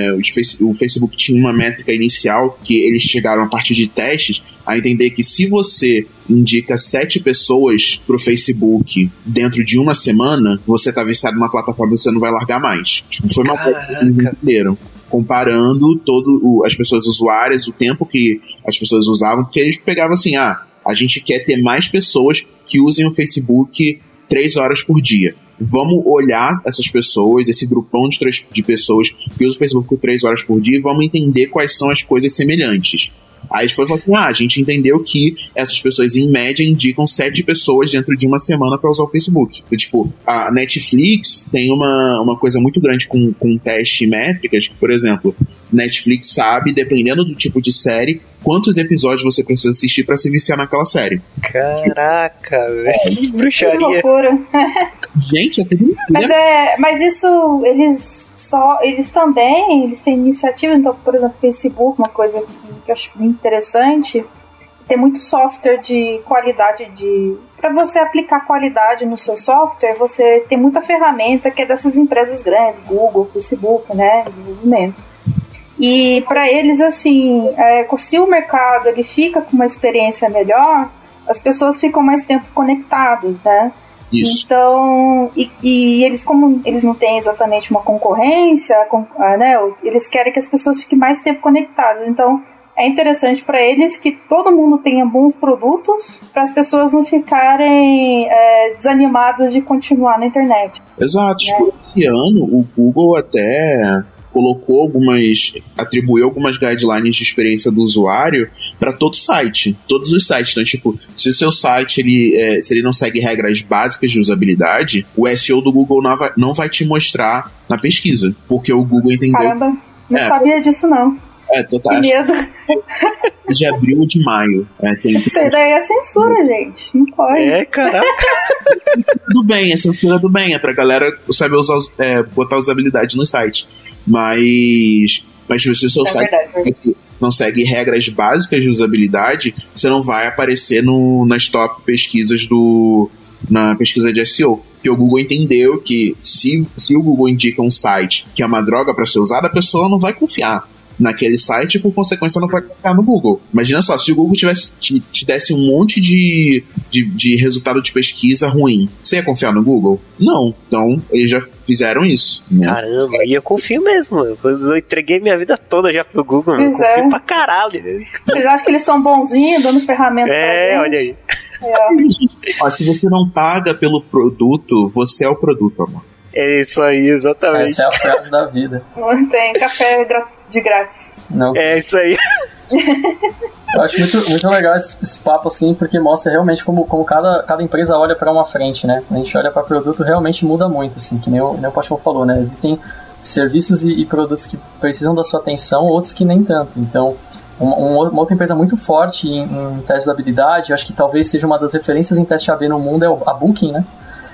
o Facebook tinha uma métrica inicial que eles chegaram a partir de testes a entender que se você indica 7 pessoas pro Facebook dentro de uma semana, você tá viciado numa plataforma e você não vai largar mais. Tipo, foi uma coisa que eles entenderam, comparando as pessoas usuárias, o tempo que as pessoas usavam, porque eles pegavam assim, a gente quer ter mais pessoas que usem o Facebook 3 horas por dia. Vamos olhar essas pessoas, esse grupão de pessoas que usam o Facebook por 3 horas por dia, e vamos entender quais são as coisas semelhantes. Aí eles foram falar, a gente entendeu que essas pessoas, em média, indicam 7 pessoas dentro de uma semana para usar o Facebook. E, tipo, a Netflix tem uma coisa muito grande com teste e métricas, que, por exemplo, Netflix sabe, dependendo do tipo de série, quantos episódios você precisa assistir para se viciar naquela série. Caraca, velho, que bruxaria. Que loucura. Gente, é tudo... Mas isso, eles têm iniciativa, então, por exemplo, Facebook, uma coisa que eu acho muito interessante, tem muito software de qualidade para você aplicar qualidade no seu software, você tem muita ferramenta que é dessas empresas grandes, Google, Facebook, né, desenvolvimento. E para eles, assim, se o mercado ele fica com uma experiência melhor, as pessoas ficam mais tempo conectadas, né? Isso. Então, e eles, como eles não têm exatamente uma concorrência, né, eles querem que as pessoas fiquem mais tempo conectadas. Então, é interessante para eles que todo mundo tenha bons produtos para as pessoas não ficarem desanimadas de continuar na internet. Exato. Né? Esse ano, o Google até atribuiu algumas guidelines de experiência do usuário para todos os sites. Então, tipo, se o seu site se ele não segue regras básicas de usabilidade, o SEO do Google não vai te mostrar na pesquisa, porque o Google entendeu. Caramba. Não sabia disso, não. Total. Que medo. De abril ou de maio. Isso daí é censura, gente. Não pode. Caraca. Tudo bem, é censura do bem. É pra galera saber botar usabilidade no site. Mas se o seu site não segue regras básicas de usabilidade, você não vai aparecer nas top pesquisas na pesquisa de SEO. Porque o Google entendeu que se o Google indica um site que é uma droga para ser usada, a pessoa não vai confiar naquele site e, por consequência, não vai confiar no Google. Imagina só, se o Google te desse um monte de resultado de pesquisa ruim, você ia confiar no Google? Não. Então, eles já fizeram isso. Né? Caramba, e eu confio mesmo. Eu entreguei minha vida toda já pro Google. Eu confio pra caralho. Vocês acham que eles são bonzinhos, dando ferramenta pra gente? Olha aí. Ó, se você não paga pelo produto, você é o produto, amor. É isso aí, exatamente. Essa é a frase da vida. Não tem café de grátis. Não. É isso aí. Eu acho muito legal esse papo, assim, porque mostra realmente como cada empresa olha pra uma frente, né? Quando a gente olha pra produto, realmente muda muito, assim, que nem o Paixão falou, né? Existem serviços e produtos que precisam da sua atenção, outros que nem tanto. Então, uma outra empresa muito forte em teste de usabilidade, eu acho que talvez seja uma das referências em teste AB no mundo, é a Booking, né?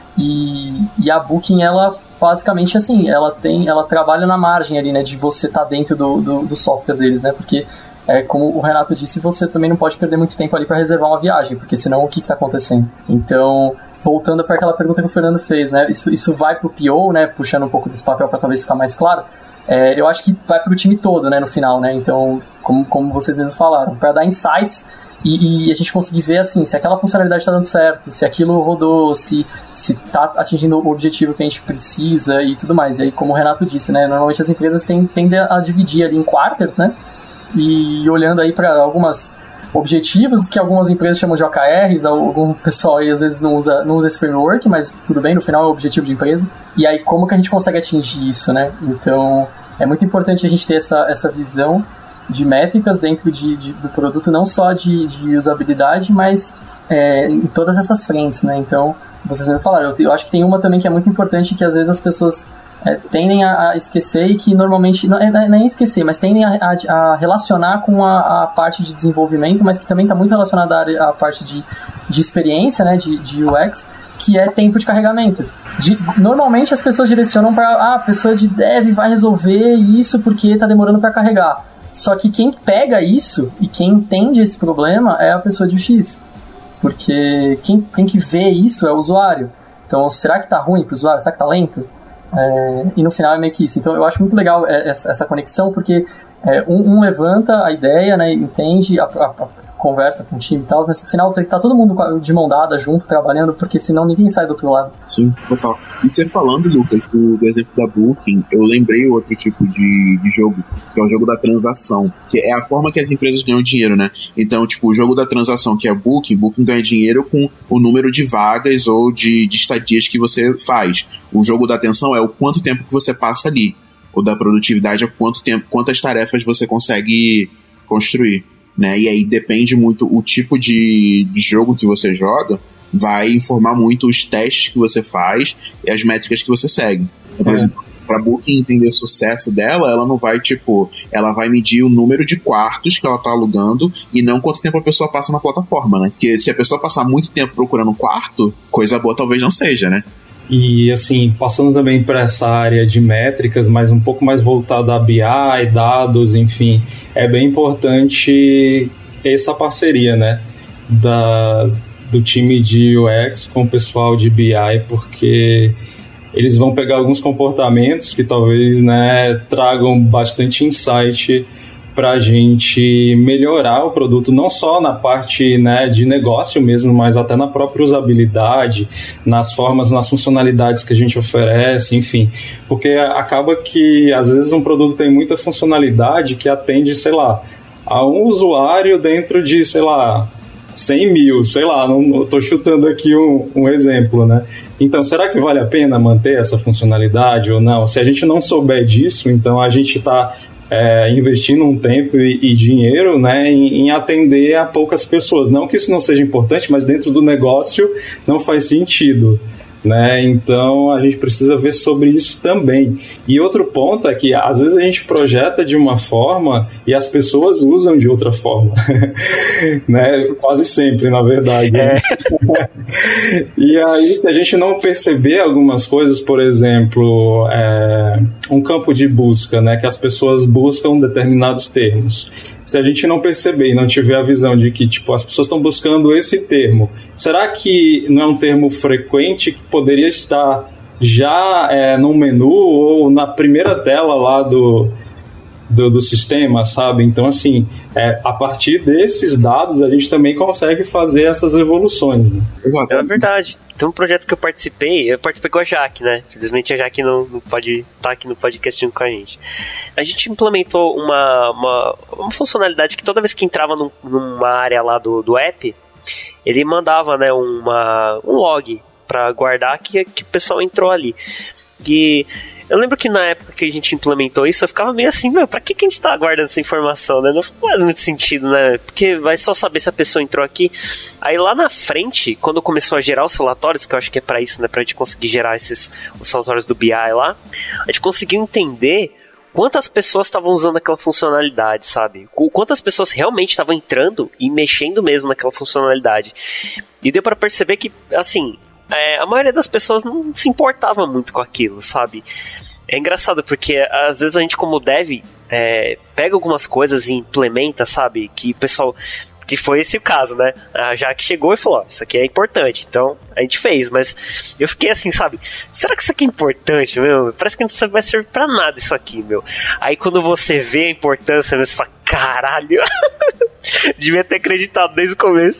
E a Booking, ela basicamente assim, ela trabalha na margem ali, né, de você estar dentro do software deles, né, porque como o Renato disse, você também não pode perder muito tempo ali para reservar uma viagem, porque senão o que está acontecendo? Então, voltando para aquela pergunta que o Fernando fez, né, isso vai pro PO, né, puxando um pouco desse papel para talvez ficar mais claro, eu acho que vai pro time todo, né, no final, né, então, como vocês mesmos falaram, para dar insights e a gente conseguir ver, assim, se aquela funcionalidade está dando certo, se aquilo rodou, se está atingindo o objetivo que a gente precisa e tudo mais. E aí, como o Renato disse, né, normalmente as empresas tendem a dividir ali em quarters, né, e olhando aí para alguns objetivos que algumas empresas chamam de OKRs, algum pessoal aí às vezes não usa esse framework, mas tudo bem, no final é o objetivo de empresa. E aí, como que a gente consegue atingir isso, né? Então, é muito importante a gente ter essa visão de métricas dentro do produto, não só de usabilidade, mas em todas essas frentes, né? Então, vocês me falaram, eu acho que tem uma também que é muito importante, que às vezes as pessoas tendem a esquecer e que normalmente, não é esquecer, mas tendem a relacionar com a parte de desenvolvimento, mas que também está muito relacionada à parte de experiência, né, de UX, que é tempo de carregamento. Normalmente as pessoas direcionam para a pessoa de dev vai resolver isso porque está demorando para carregar. Só que quem pega isso e quem entende esse problema é a pessoa de UX. Porque quem tem que ver isso é o usuário. Então, será que tá ruim pro usuário? Será que tá lento? E no final é meio que isso. Então, eu acho muito legal essa conexão, porque um levanta a ideia, né, entende a conversa com o time e tal, mas no final tem que estar todo mundo de mão dada, junto, trabalhando, porque senão ninguém sai do outro lado. Sim, total. E você falando, Lucas, do exemplo da Booking, eu lembrei outro tipo de jogo, que é o jogo da transação, que é a forma que as empresas ganham dinheiro, né? Então, tipo, o jogo da transação, que é Booking ganha dinheiro com o número de vagas ou de estadias que você faz. O jogo da atenção é o quanto tempo que você passa ali. O da produtividade é quantas tarefas você consegue construir. Né? E aí depende muito o tipo de jogo que você joga, vai informar muito os testes que você faz e as métricas que você segue. Por exemplo, para a Booking entender o sucesso dela, ela não vai, ela vai medir o número de quartos que ela está alugando e não quanto tempo a pessoa passa na plataforma, né? Porque se a pessoa passar muito tempo procurando um quarto, coisa boa talvez não seja, né? E assim, passando também para essa área de métricas, mas um pouco mais voltada a BI, dados, enfim, é bem importante essa parceria, né, do time de UX com o pessoal de BI, porque eles vão pegar alguns comportamentos que talvez, né, tragam bastante insight para a gente melhorar o produto, não só na parte, né, de negócio mesmo, mas até na própria usabilidade, nas formas, nas funcionalidades que a gente oferece, enfim. Porque acaba que, às vezes, um produto tem muita funcionalidade que atende, sei lá, a um usuário dentro de, sei lá, 100 mil, sei lá, não estou chutando aqui um exemplo, né? Então, será que vale a pena manter essa funcionalidade ou não? Se a gente não souber disso, então a gente está investindo um tempo e dinheiro, né, em atender a poucas pessoas. Não que isso não seja importante, mas dentro do negócio não faz sentido. né? Então a gente precisa ver sobre isso também. E outro ponto é que às vezes a gente projeta de uma forma e as pessoas usam de outra forma, né? Quase sempre, na verdade. E aí, se a gente não perceber algumas coisas, por exemplo, um campo de busca, né? Que as pessoas buscam determinados termos. Se a gente não perceber e não tiver a visão de que, tipo, as pessoas estão buscando esse termo, será que não é um termo frequente que poderia estar já no menu ou na primeira tela lá do sistema, sabe? Então, assim, a partir desses dados a gente também consegue fazer essas evoluções, né? Exato. É verdade. Tem um projeto que eu participei com a Jaque, né? Infelizmente a Jaque não pode estar aqui no podcast com a gente. A gente implementou uma funcionalidade que toda vez que entrava numa área lá do app, ele mandava, né, um log para guardar que o pessoal entrou ali. E eu lembro que na época que a gente implementou isso, eu ficava meio assim, pra que a gente tá guardando essa informação, né? Não faz muito sentido, né? Porque vai só saber se a pessoa entrou aqui. Aí lá na frente, quando começou a gerar os relatórios, que eu acho que é pra isso, né? Pra gente conseguir gerar os relatórios do BI lá, a gente conseguiu entender quantas pessoas estavam usando aquela funcionalidade, sabe? Quantas pessoas realmente estavam entrando e mexendo mesmo naquela funcionalidade. E deu pra perceber que, assim, a maioria das pessoas não se importava muito com aquilo, sabe? É engraçado porque às vezes a gente, como dev, pega algumas coisas e implementa, sabe? Que o pessoal... Que foi esse o caso, né? A Jaque chegou e falou, isso aqui é importante. Então, a gente fez. Mas eu fiquei assim, sabe? Será que isso aqui é importante, meu? Parece que não vai servir pra nada isso aqui, meu. Aí quando você vê a importância, você fala, caralho! Devia ter acreditado desde o começo.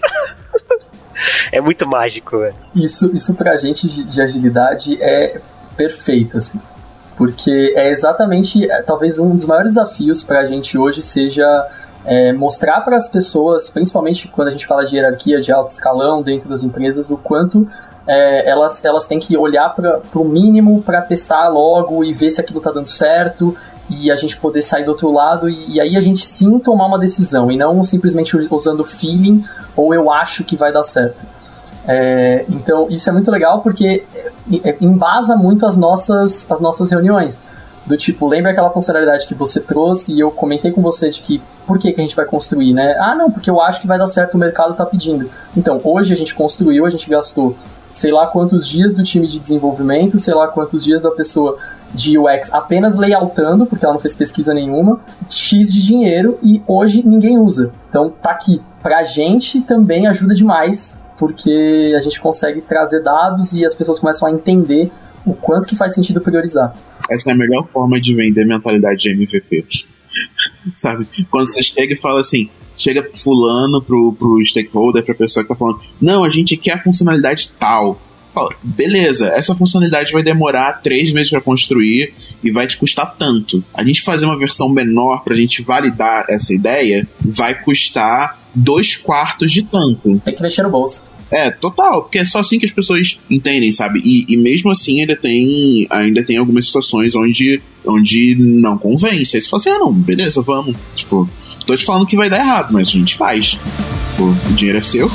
É muito mágico, velho. Isso pra gente de agilidade é perfeito, assim. Porque é exatamente, talvez um dos maiores desafios pra gente hoje seja mostrar para as pessoas, principalmente quando a gente fala de hierarquia de alto escalão dentro das empresas, o quanto elas têm que olhar para o mínimo para testar logo e ver se aquilo tá dando certo e a gente poder sair do outro lado e aí a gente sim tomar uma decisão e não simplesmente usando feeling ou eu acho que vai dar certo. Então isso é muito legal porque embasa muito as nossas reuniões. Do tipo, lembra aquela funcionalidade que você trouxe e eu comentei com você de que por que a gente vai construir, né? Ah, não, porque eu acho que vai dar certo, o mercado tá pedindo. Então, hoje a gente construiu, a gente gastou sei lá quantos dias do time de desenvolvimento, sei lá quantos dias da pessoa de UX apenas layoutando, porque ela não fez pesquisa nenhuma, X de dinheiro e hoje ninguém usa. Então, tá aqui. Pra gente também ajuda demais, porque a gente consegue trazer dados e as pessoas começam a entender o quanto que faz sentido priorizar. Essa é a melhor forma de vender mentalidade de MVP. Sabe? Quando você chega e fala assim, chega fulano pro stakeholder, pra pessoa que tá falando, não, a gente quer a funcionalidade tal. Fala, beleza, essa funcionalidade vai demorar 3 meses pra construir e vai te custar tanto. A gente fazer uma versão menor pra gente validar essa ideia vai custar 2/4 de tanto. Tem que mexer no bolso. Total, porque é só assim que as pessoas entendem, sabe? E mesmo assim ainda tem algumas situações onde não convence. Aí você fala assim, não, beleza, vamos. Tipo, tô te falando que vai dar errado, mas a gente faz. Tipo, o dinheiro é seu.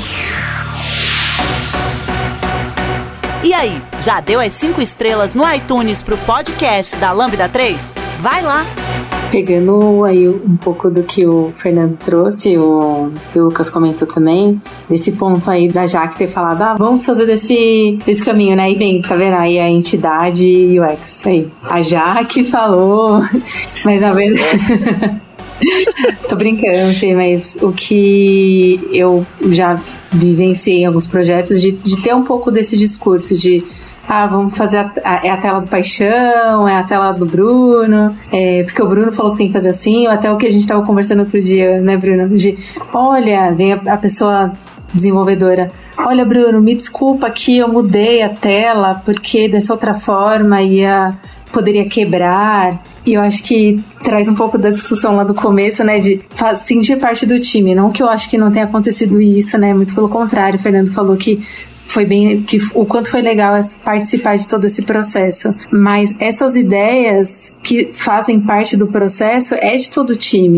E aí, já deu as 5 estrelas no iTunes pro podcast da Lambda 3? Vai lá! Pegando aí um pouco do que o Fernando trouxe, o Lucas comentou também, desse ponto aí da Jaque ter falado, vamos fazer desse caminho, né? E bem, tá vendo aí a entidade UX aí. A Jaque falou, mas na verdade... Tô brincando, Fê, mas o que eu já vivenciei em alguns projetos de ter um pouco desse discurso de vamos fazer a tela do Paixão, a tela do Bruno, porque o Bruno falou que tem que fazer assim, ou até o que a gente estava conversando outro dia, né, Bruno? De, olha, vem a pessoa desenvolvedora, olha, Bruno, me desculpa aqui, eu mudei a tela, porque dessa outra forma poderia quebrar. E eu acho que traz um pouco da discussão lá do começo, né, de sentir parte do time. Não que eu acho que não tenha acontecido isso, né, muito pelo contrário, o Fernando falou que foi bem, que o quanto foi legal participar de todo esse processo. Mas essas ideias que fazem parte do processo é de todo o time.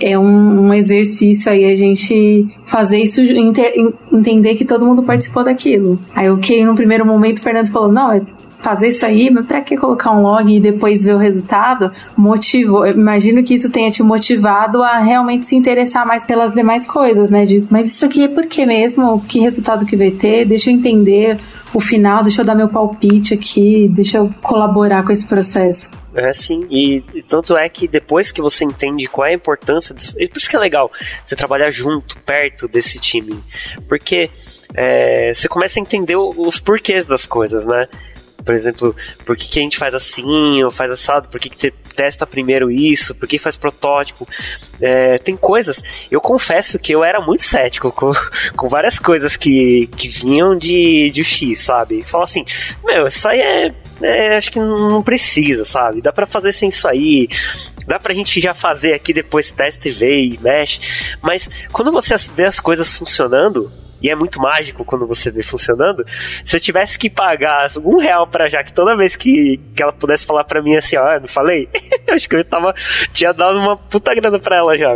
é um exercício aí a gente fazer isso, entender que todo mundo participou daquilo. Aí no primeiro momento o Fernando falou, não, fazer isso aí, mas pra que colocar um log e depois ver o resultado? Motivou. Eu imagino que isso tenha te motivado a realmente se interessar mais pelas demais coisas, né? Mas isso aqui é por que mesmo? Que resultado que vai ter? Deixa eu entender o final, deixa eu dar meu palpite aqui, deixa eu colaborar com esse processo. Sim, e tanto é que depois que você entende qual é a importância disso, e por isso que é legal você trabalhar junto, perto desse time, porque você começa a entender os porquês das coisas, né? Por exemplo, por que a gente faz assim ou faz assado, por que você testa primeiro isso, por que faz protótipo. Tem coisas, eu confesso que eu era muito cético com várias coisas que vinham de X, sabe? Fala assim, isso aí acho que não precisa, sabe? Dá pra fazer sem isso aí, dá pra gente já fazer aqui, depois testa e vê e mexe. Mas quando você vê as coisas funcionando, e é muito mágico quando você vê funcionando, se eu tivesse que pagar R$1 pra Jaque toda vez que ela pudesse falar pra mim assim, não falei? Eu acho que eu tinha dado uma puta grana pra ela já.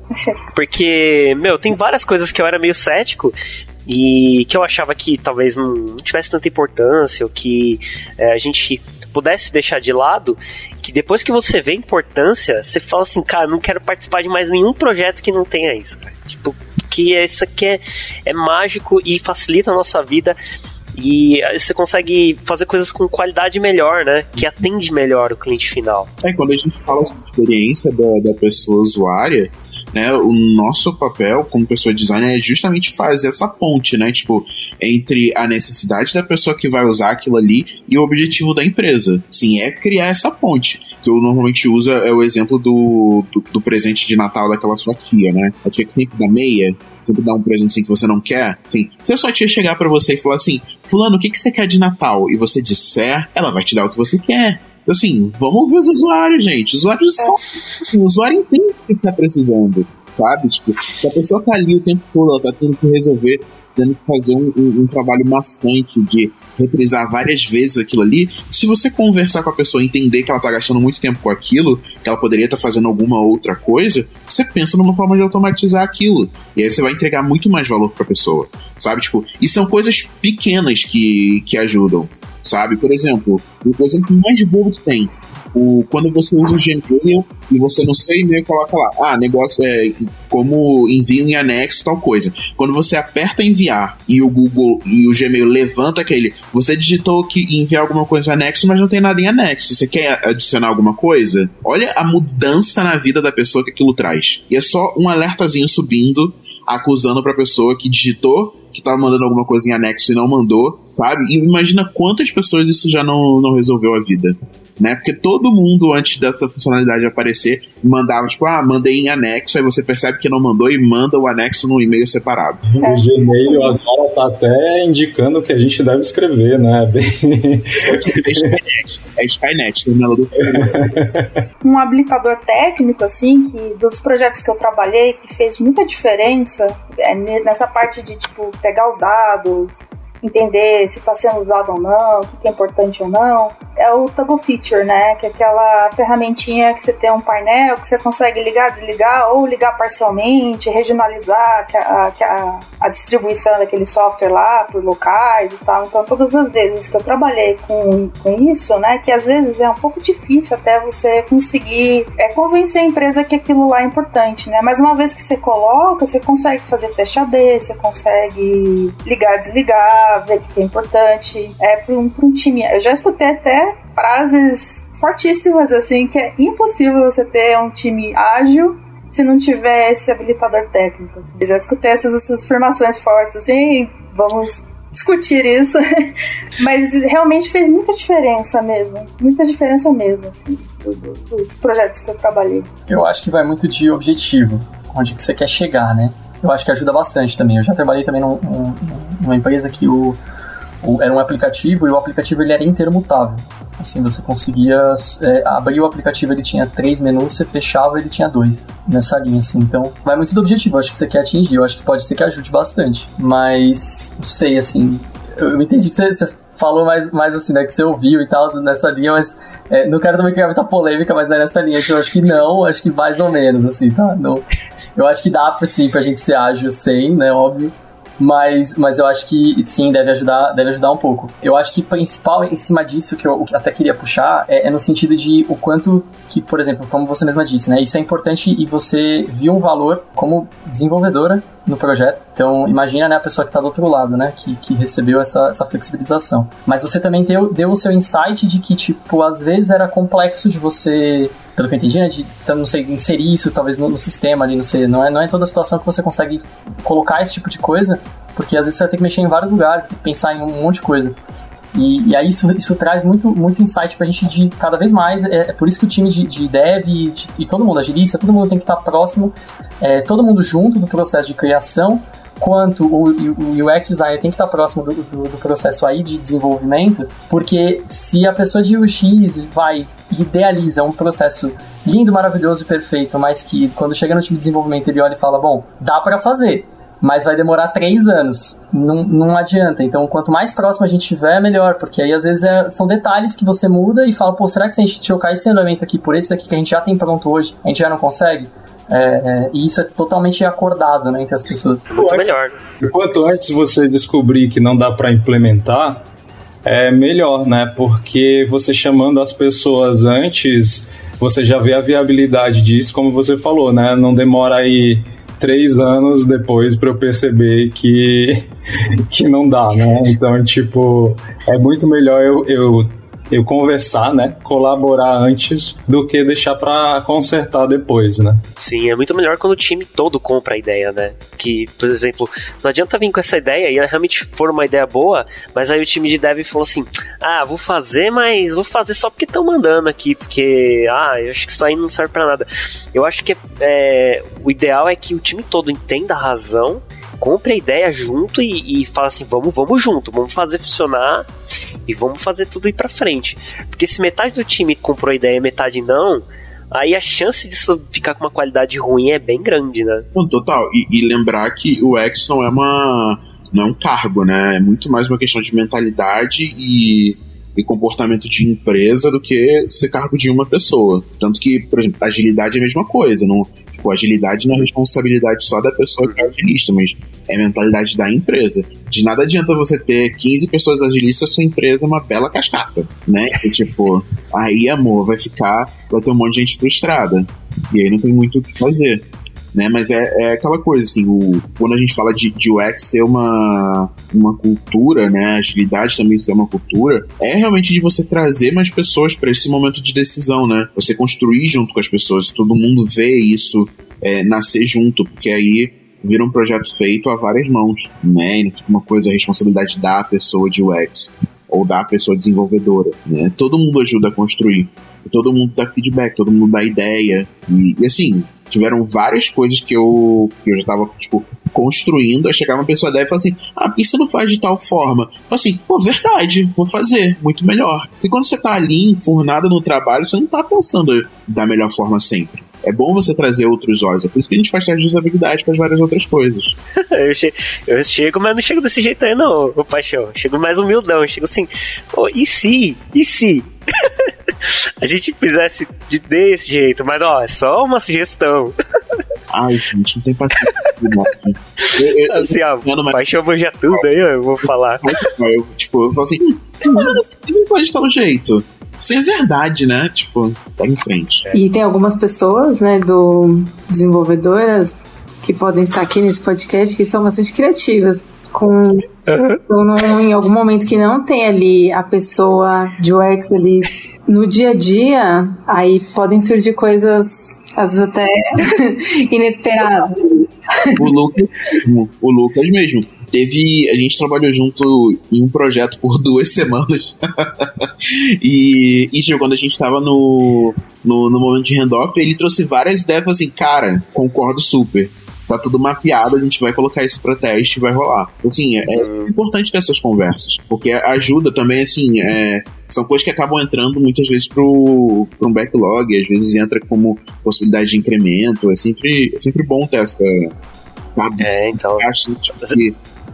Porque, tem várias coisas que eu era meio cético e que eu achava que talvez não tivesse tanta importância, ou que a gente pudesse deixar de lado, que depois que você vê a importância, você fala assim, cara, não quero participar de mais nenhum projeto que não tenha isso, cara. Tipo, que isso aqui é mágico e facilita a nossa vida, e você consegue fazer coisas com qualidade melhor, né? Que atende melhor o cliente final. Quando a gente fala sobre a experiência da pessoa usuária, né, o nosso papel como pessoa de design é justamente fazer essa ponte, né, tipo, entre a necessidade da pessoa que vai usar aquilo ali e o objetivo da empresa. Sim, é criar essa ponte. O que eu normalmente uso é o exemplo do presente de Natal daquela sua tia, né? A tia que sempre dá meia, sempre dá um presente assim que você não quer. Assim, se a sua tia chegar pra você e falar assim, fulano, o que você quer de Natal? E você disser, ela vai te dar o que você quer. Assim, vamos ver os usuários, gente. Os usuários o usuário entende o que tá precisando, sabe? Tipo, se a pessoa tá ali o tempo todo, ela tá tendo que resolver, tendo que fazer um trabalho maçante de reprisar várias vezes aquilo ali, se você conversar com a pessoa e entender que ela tá gastando muito tempo com aquilo, que ela poderia estar fazendo alguma outra coisa, você pensa numa forma de automatizar aquilo. E aí você vai entregar muito mais valor pra pessoa, sabe? Tipo, e são coisas pequenas que ajudam, sabe? Por exemplo, o exemplo mais bobo que tem, quando você usa o Gmail e você no seu e-mail coloca lá, negócio como envio em anexo, tal coisa. Quando você aperta enviar e o Google e o Gmail levanta aquele, você digitou que enviar alguma coisa em anexo, mas não tem nada em anexo. Você quer adicionar alguma coisa? Olha a mudança na vida da pessoa que aquilo traz. E é só um alertazinho subindo, acusando pra pessoa que digitou que tava mandando alguma coisa em anexo e não mandou, sabe? E imagina quantas pessoas isso já não resolveu a vida, né? Porque todo mundo, antes dessa funcionalidade aparecer, mandava, tipo, mandei em anexo, aí você percebe que não mandou e manda o anexo num e-mail separado. O Gmail agora tá até indicando o que a gente deve escrever, né? É Skynet, terminal do filme. Um habilitador técnico, assim, que dos projetos que eu trabalhei, que fez muita diferença nessa parte de, tipo, pegar os dados, entender se está sendo usado ou não, o que é importante ou não, é o Toggle Feature, né? Que é aquela ferramentinha que você tem um painel que você consegue ligar, desligar ou ligar parcialmente, regionalizar a distribuição daquele software lá por locais e tal. Então, todas as vezes que eu trabalhei com isso, né? Que às vezes é um pouco difícil até você conseguir convencer a empresa que aquilo lá é importante, né? Mas uma vez que você coloca, você consegue fazer teste AB, você consegue ligar, desligar, ver o que é importante. Para um time. Eu já escutei até frases fortíssimas, assim, que é impossível você ter um time ágil se não tiver esse habilitador técnico. Eu já escutei essas afirmações fortes, assim, vamos discutir isso. Mas realmente fez muita diferença mesmo, assim, dos projetos que eu trabalhei. Eu acho que vai muito de objetivo, onde que você quer chegar, né? Eu acho que ajuda bastante também. Eu já trabalhei também numa empresa que era um aplicativo, e o aplicativo ele era intermutável. Assim, você conseguia abrir o aplicativo, ele tinha 3 menus, você fechava, ele tinha 2 nessa linha, assim. Então, vai muito do objetivo, eu acho que você quer atingir, eu acho que pode ser que ajude bastante. Mas, não sei, assim, eu entendi que você falou mais assim, né, que você ouviu e tal, nessa linha, mas não quero também criar muita polêmica, mas é nessa linha que eu acho que não, acho que mais ou menos, assim, tá? Não, eu acho que dá, sim, pra gente ser ágil sem, né, óbvio, mas eu acho que sim, deve ajudar um pouco. Eu acho que o principal em cima disso que eu até queria puxar é no sentido de o quanto que, por exemplo, como você mesma disse, né, isso é importante e você viu um valor como desenvolvedora no projeto. Então, imagina, né, a pessoa que está do outro lado, né, que recebeu essa flexibilização. Mas você também deu o seu insight de que, tipo, às vezes era complexo de você, pelo que eu entendi, né, de, não sei, inserir isso talvez no sistema ali, não sei, não é toda situação que você consegue colocar esse tipo de coisa, porque às vezes você vai ter que mexer em vários lugares, tem que pensar em um monte de coisa. E aí isso traz muito insight pra gente de cada vez mais, é por isso que o time de dev e todo mundo, agilista, todo mundo tem que estar próximo, todo mundo junto do processo de criação, quanto o UX designer tem que estar próximo do processo aí de desenvolvimento, porque se a pessoa de UX vai e idealiza um processo lindo, maravilhoso e perfeito, mas que quando chega no time de desenvolvimento ele olha e fala, bom, dá pra fazer, mas vai demorar 3 anos, não adianta. Então, quanto mais próximo a gente tiver, melhor, porque aí às vezes são detalhes que você muda e fala, pô, será que se a gente trocar esse elemento aqui por esse daqui que a gente já tem pronto hoje, a gente já não consegue? E isso é totalmente acordado, né, entre as pessoas. Muito melhor. Quanto antes você descobrir que não dá para implementar, é melhor, né? Porque você chamando as pessoas antes, você já vê a viabilidade disso, como você falou, né? Não demora aí 3 anos depois para eu perceber que não dá, né? Então, tipo, é muito melhor eu conversar, né? Colaborar antes do que deixar pra consertar depois, né? Sim, é muito melhor quando o time todo compra a ideia, né? Que, por exemplo, não adianta vir com essa ideia e ela realmente for uma ideia boa, mas aí o time de dev falou assim, vou fazer, mas vou fazer só porque estão mandando aqui, porque, eu acho que isso aí não serve pra nada. Eu acho que o ideal é que o time todo entenda a razão, compre a ideia junto e fala assim, vamos junto, vamos fazer funcionar e vamos fazer tudo ir pra frente. Porque se metade do time comprou a ideia e metade não, aí a chance disso ficar com uma qualidade ruim é bem grande, né? Total, e lembrar que o UX não é um cargo, né? É muito mais uma questão de mentalidade e comportamento de empresa do que ser cargo de uma pessoa. Tanto que, por exemplo, agilidade é a mesma coisa. Agilidade não é responsabilidade só da pessoa que é agilista, mas é a mentalidade da empresa. De nada adianta você ter 15 pessoas agilistas, a sua empresa é uma bela cascata, né? E, aí, amor, vai ter um monte de gente frustrada. E aí não tem muito o que fazer. Né, mas é aquela coisa, assim, quando a gente fala de UX ser uma cultura, né, agilidade também ser uma cultura, é realmente de você trazer mais pessoas para esse momento de decisão, né, você construir junto com as pessoas, todo mundo vê isso nascer junto, porque aí vira um projeto feito a várias mãos, né, e não fica uma coisa, a responsabilidade da pessoa de UX ou da pessoa desenvolvedora, né, todo mundo ajuda a construir, todo mundo dá feedback, todo mundo dá ideia, e assim, tiveram várias coisas que eu já tava, construindo, aí chegava uma pessoa deve e falava assim, por que você não faz de tal forma? Eu assim, verdade, vou fazer, muito melhor. Porque quando você tá ali enfurnado no trabalho, você não tá pensando da melhor forma sempre. É bom você trazer outros olhos, é por isso que a gente faz teste de usabilidade para várias outras coisas. eu chego, mas não chego desse jeito aí não, ô paixão. Eu chego mais humildão, eu chego assim, e se? A gente fizesse desse jeito, mas é só uma sugestão. Ai, gente, não tem paciência. Assim, paixão manja tudo aí, eu vou falar. Eu falo assim, mas você faz de tal jeito. Isso é verdade, né? Segue em frente. E tem algumas pessoas, né, desenvolvedoras que podem estar aqui nesse podcast que são bastante criativas. Então, em algum momento que não tem ali a pessoa de UX ali no dia a dia, aí podem surgir coisas, às vezes até inesperadas. O Lucas mesmo. A gente trabalhou junto em um projeto por 2 semanas. e quando a gente tava no momento de handoff, ele trouxe várias ideias assim, cara, concordo super. Tá tudo mapeado, a gente vai colocar isso pra teste e vai rolar. Assim, é importante ter essas conversas, porque ajuda também, assim, são coisas que acabam entrando muitas vezes pra um backlog, às vezes entra como possibilidade de incremento, é sempre bom ter essa... Então... Acho que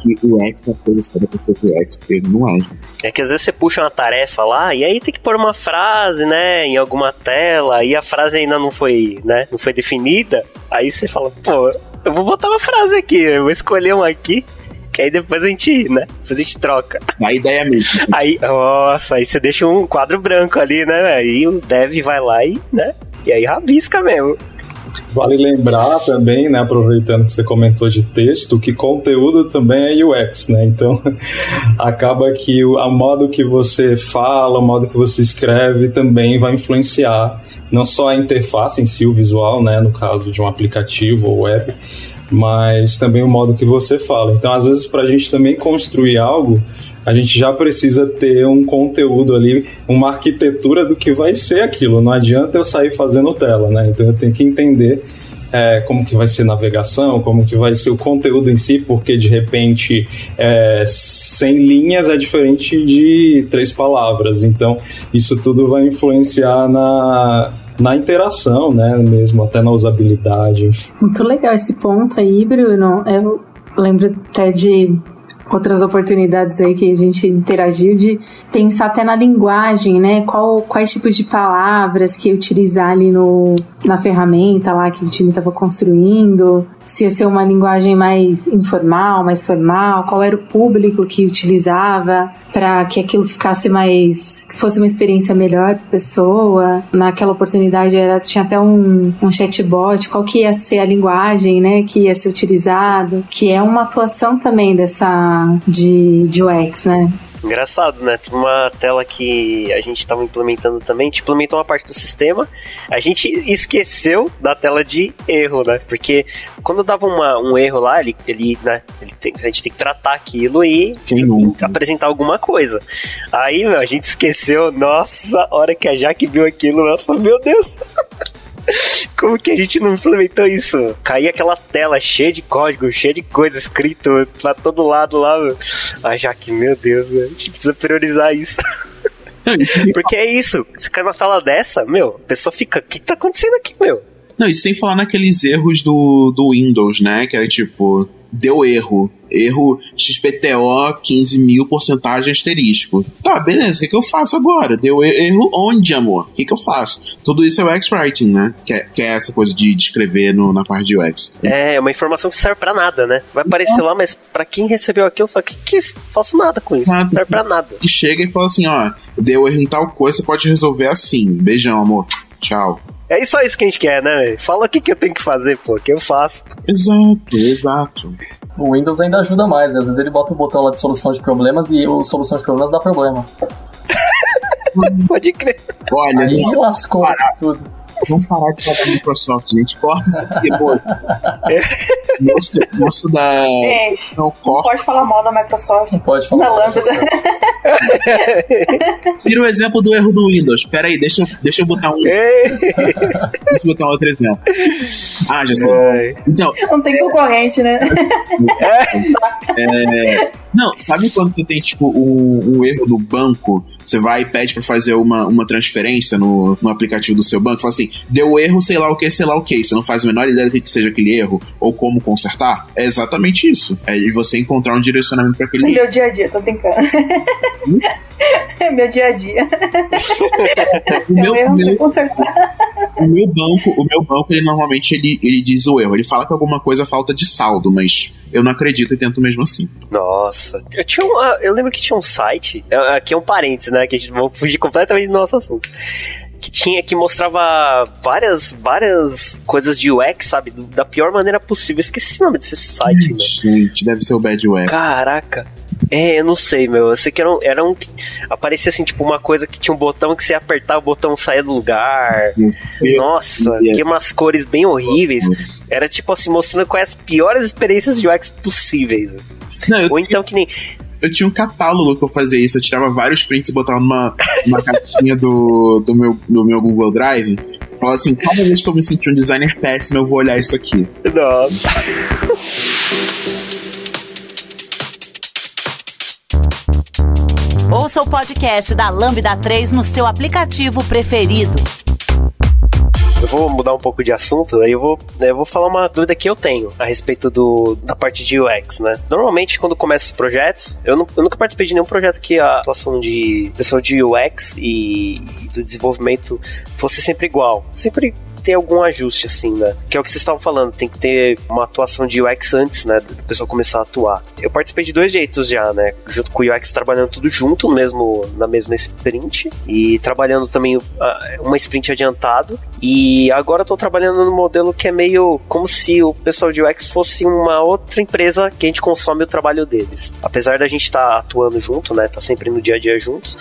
que o X é a coisa só da pessoa do X, porque ele não é. É que às vezes você puxa uma tarefa lá e aí tem que pôr uma frase, né, em alguma tela, e a frase ainda não foi, né, não foi definida, aí você fala, pô, eu vou botar uma frase aqui, eu vou escolher uma aqui, que aí depois a gente, né, depois a gente troca. A ideia mesmo. Aí, nossa, aí você deixa um quadro branco ali, né, aí o dev vai lá e, né, e aí rabisca mesmo. Vale lembrar também, né, aproveitando que você comentou de texto, que conteúdo também é UX, né? Então, acaba que o modo que você fala, o modo que você escreve também vai influenciar não só a interface em si, o visual, né, no caso de um aplicativo ou web, mas também o modo que você fala. Então, às vezes, para a gente também construir algo, a gente já precisa ter um conteúdo ali, uma arquitetura do que vai ser aquilo. Não adianta eu sair fazendo tela, né? Então eu tenho que entender como que vai ser navegação, como que vai ser o conteúdo em si, porque de repente 100 linhas é diferente de 3 palavras. Então isso tudo vai influenciar na interação, né? Mesmo até na usabilidade. Muito legal esse ponto aí, Bruno. Eu lembro até de outras oportunidades aí que a gente interagiu, de pensar até na linguagem, né? Quais tipos de palavras que utilizar ali na ferramenta lá que o time estava construindo, se ia ser uma linguagem mais informal, mais formal, qual era o público que utilizava para que aquilo que fosse uma experiência melhor para a pessoa. Naquela oportunidade tinha até um chatbot, qual que ia ser a linguagem, né, que ia ser utilizado, que é uma atuação também de UX, né? Engraçado, né? Tem uma tela que a gente estava implementando também, a gente implementou uma parte do sistema, a gente esqueceu da tela de erro, né? Porque quando dava um erro lá, a gente tem que tratar aquilo e apresentar alguma coisa. Aí, a gente esqueceu, nossa, a hora que a Jaque viu aquilo, ela falou, meu Deus! Como que a gente não implementou isso? Caía aquela tela cheia de código, cheia de coisa escrito pra todo lado lá. Ah, Jaque, meu Deus, a gente precisa priorizar isso. Porque é isso, se cai uma tela dessa, a pessoa fica, o que tá acontecendo aqui, Não, isso sem falar naqueles erros do Windows, né? Que era tipo, deu erro XPTO 15.000 porcentagem asterisco. Tá, beleza, o que eu faço agora? Deu erro onde, amor? O que eu faço? Tudo isso é o UX-Writing, né? Que é essa coisa de escrever na parte de UX. É uma informação que serve pra nada, né? Vai aparecer lá, mas pra quem recebeu aquilo, fala, que faço nada com isso, não serve pra nada. E chega e fala assim, ó, deu erro em tal coisa, você pode resolver assim. Beijão, amor. Tchau. É só isso que a gente quer, né? Fala o que eu tenho que fazer, pô, que eu faço. Exato. O Windows ainda ajuda mais, né? Às vezes ele bota o botão lá de solução de problemas e o solução de problemas dá problema. Pode crer. Olha, aí lascou isso tudo. Vamos parar de falar da Microsoft, gente. Corta isso aqui, moço. Moço da... Gente, não pode falar mal da Microsoft. Não pode falar mal da Microsoft. Tira o exemplo do erro do Windows. Pera aí, deixa eu botar um... Deixa eu botar outro exemplo. Ah, já sei. Então, não tem concorrente, né? Não, sabe quando você tem, tipo, um erro no banco? Você vai e pede pra fazer uma transferência no aplicativo do seu banco, fala assim, deu erro, sei lá o que. Você não faz a menor ideia do que seja aquele erro ou como consertar? É exatamente isso. É de você encontrar um direcionamento pra aquele erro. Meu dia a dia, tô brincando. É meu dia a dia. O meu banco, ele normalmente ele diz o erro. Ele fala que alguma coisa falta de saldo, mas eu não acredito e tento mesmo assim. Nossa. Eu lembro que tinha um site, aqui é um parênteses, né, que a gente vai fugir completamente do nosso assunto, que mostrava várias coisas de UX, sabe, da pior maneira possível. Esqueci o nome desse site, né? Gente, deve ser o Bad UX. Caraca. Eu não sei, eu sei que era um aparecia assim, tipo, uma coisa que tinha um botão que você ia apertar, o botão saía do lugar. Nossa, tinha umas cores bem horríveis. Era tipo assim, mostrando quais as piores experiências de UX possíveis. Ou então que nem... Eu tinha um catálogo que eu fazia isso, eu tirava vários prints e botava numa caixinha do meu Google Drive. Falava assim, cada vez que eu me sentir um designer péssimo, eu vou olhar isso aqui. Nossa. Ouça o podcast da Lambda 3 no seu aplicativo preferido. vou mudar um pouco de assunto, aí eu vou falar uma dúvida que eu tenho a respeito da parte de UX, né? Normalmente, quando começa os projetos, eu nunca participei de nenhum projeto que a atuação de pessoa de UX e do desenvolvimento fosse sempre igual. Sempre ter algum ajuste, assim, né? Que é o que vocês estavam falando, tem que ter uma atuação de UX antes, né? Do pessoal começar a atuar. Eu participei de 2 jeitos já, né? Junto com o UX, trabalhando tudo junto, na mesma sprint, e trabalhando também uma sprint adiantado, e agora eu tô trabalhando num modelo que é meio como se o pessoal de UX fosse uma outra empresa que a gente consome o trabalho deles. Apesar da gente estar atuando junto, né? Tá sempre no dia a dia juntos,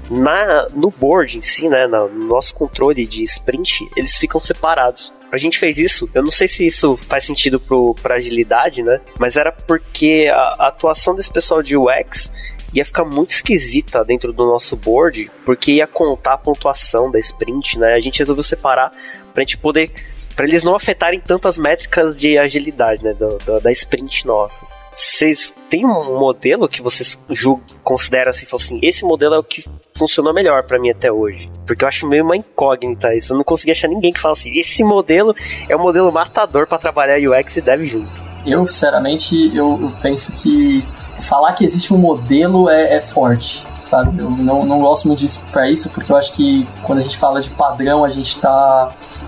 no board em si, né? No nosso controle de sprint, eles ficam separados. A gente fez isso, eu não sei se isso faz sentido pra agilidade, né? Mas era porque a atuação desse pessoal de UX ia ficar muito esquisita dentro do nosso board, porque ia contar a pontuação da sprint, né? A gente resolveu separar pra gente poder, pra eles não afetarem tantas métricas de agilidade, né? Da sprint nossas. Vocês têm um modelo que vocês consideram assim, falam assim, esse modelo é o que funcionou melhor pra mim até hoje? Porque eu acho meio uma incógnita isso. Eu não consegui achar ninguém que fala assim, esse modelo é um modelo matador pra trabalhar UX e Dev junto. Eu, sinceramente, eu penso que falar que existe um modelo é forte, sabe? Eu não gosto muito disso pra isso, porque eu acho que quando a gente fala de padrão, a gente tá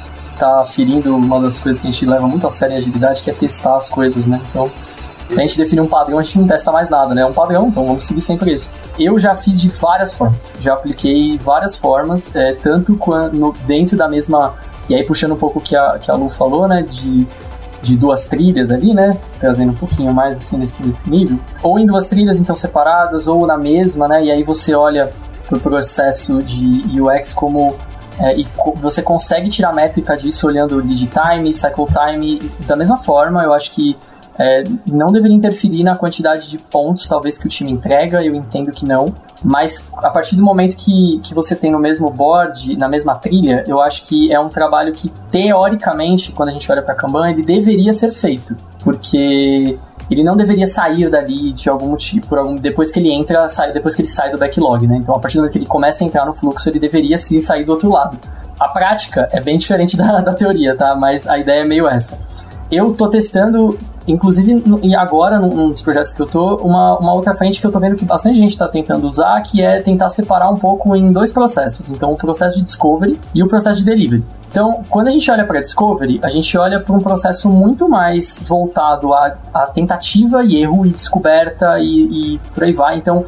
ferindo uma das coisas que a gente leva muito a sério em agilidade, que é testar as coisas, né? Então, se a gente definir um padrão, a gente não testa mais nada, né? É um padrão, então vamos seguir sempre esse. Eu já fiz de várias formas, já apliquei várias formas, tanto dentro da mesma... E aí, puxando um pouco o que a Lu falou, né? De 2 trilhas ali, né? Trazendo um pouquinho mais, assim, nesse nível. Ou em 2 trilhas, então, separadas, ou na mesma, né? E aí você olha pro processo de UX como... e você consegue tirar métrica disso olhando lead time, cycle time. Da mesma forma, eu acho que não deveria interferir na quantidade de pontos, talvez, que o time entrega, eu entendo que não, mas a partir do momento que você tem no mesmo board, na mesma trilha, eu acho que é um trabalho que, teoricamente, quando a gente olha para Kanban, ele deveria ser feito, porque ele não deveria sair dali de algum motivo, depois que ele entra, depois que ele sai do backlog, né? Então, a partir do momento que ele começa a entrar no fluxo, ele deveria sim sair do outro lado. A prática é bem diferente da teoria, tá? Mas a ideia é meio essa. Eu tô testando, inclusive agora, num dos projetos que eu tô, uma outra frente que eu tô vendo que bastante gente tá tentando usar, que é tentar separar um pouco em 2 processos. Então, o processo de discovery e o processo de delivery. Então, quando a gente olha para discovery, a gente olha para um processo muito mais voltado à tentativa e erro e descoberta e por aí vai. Então,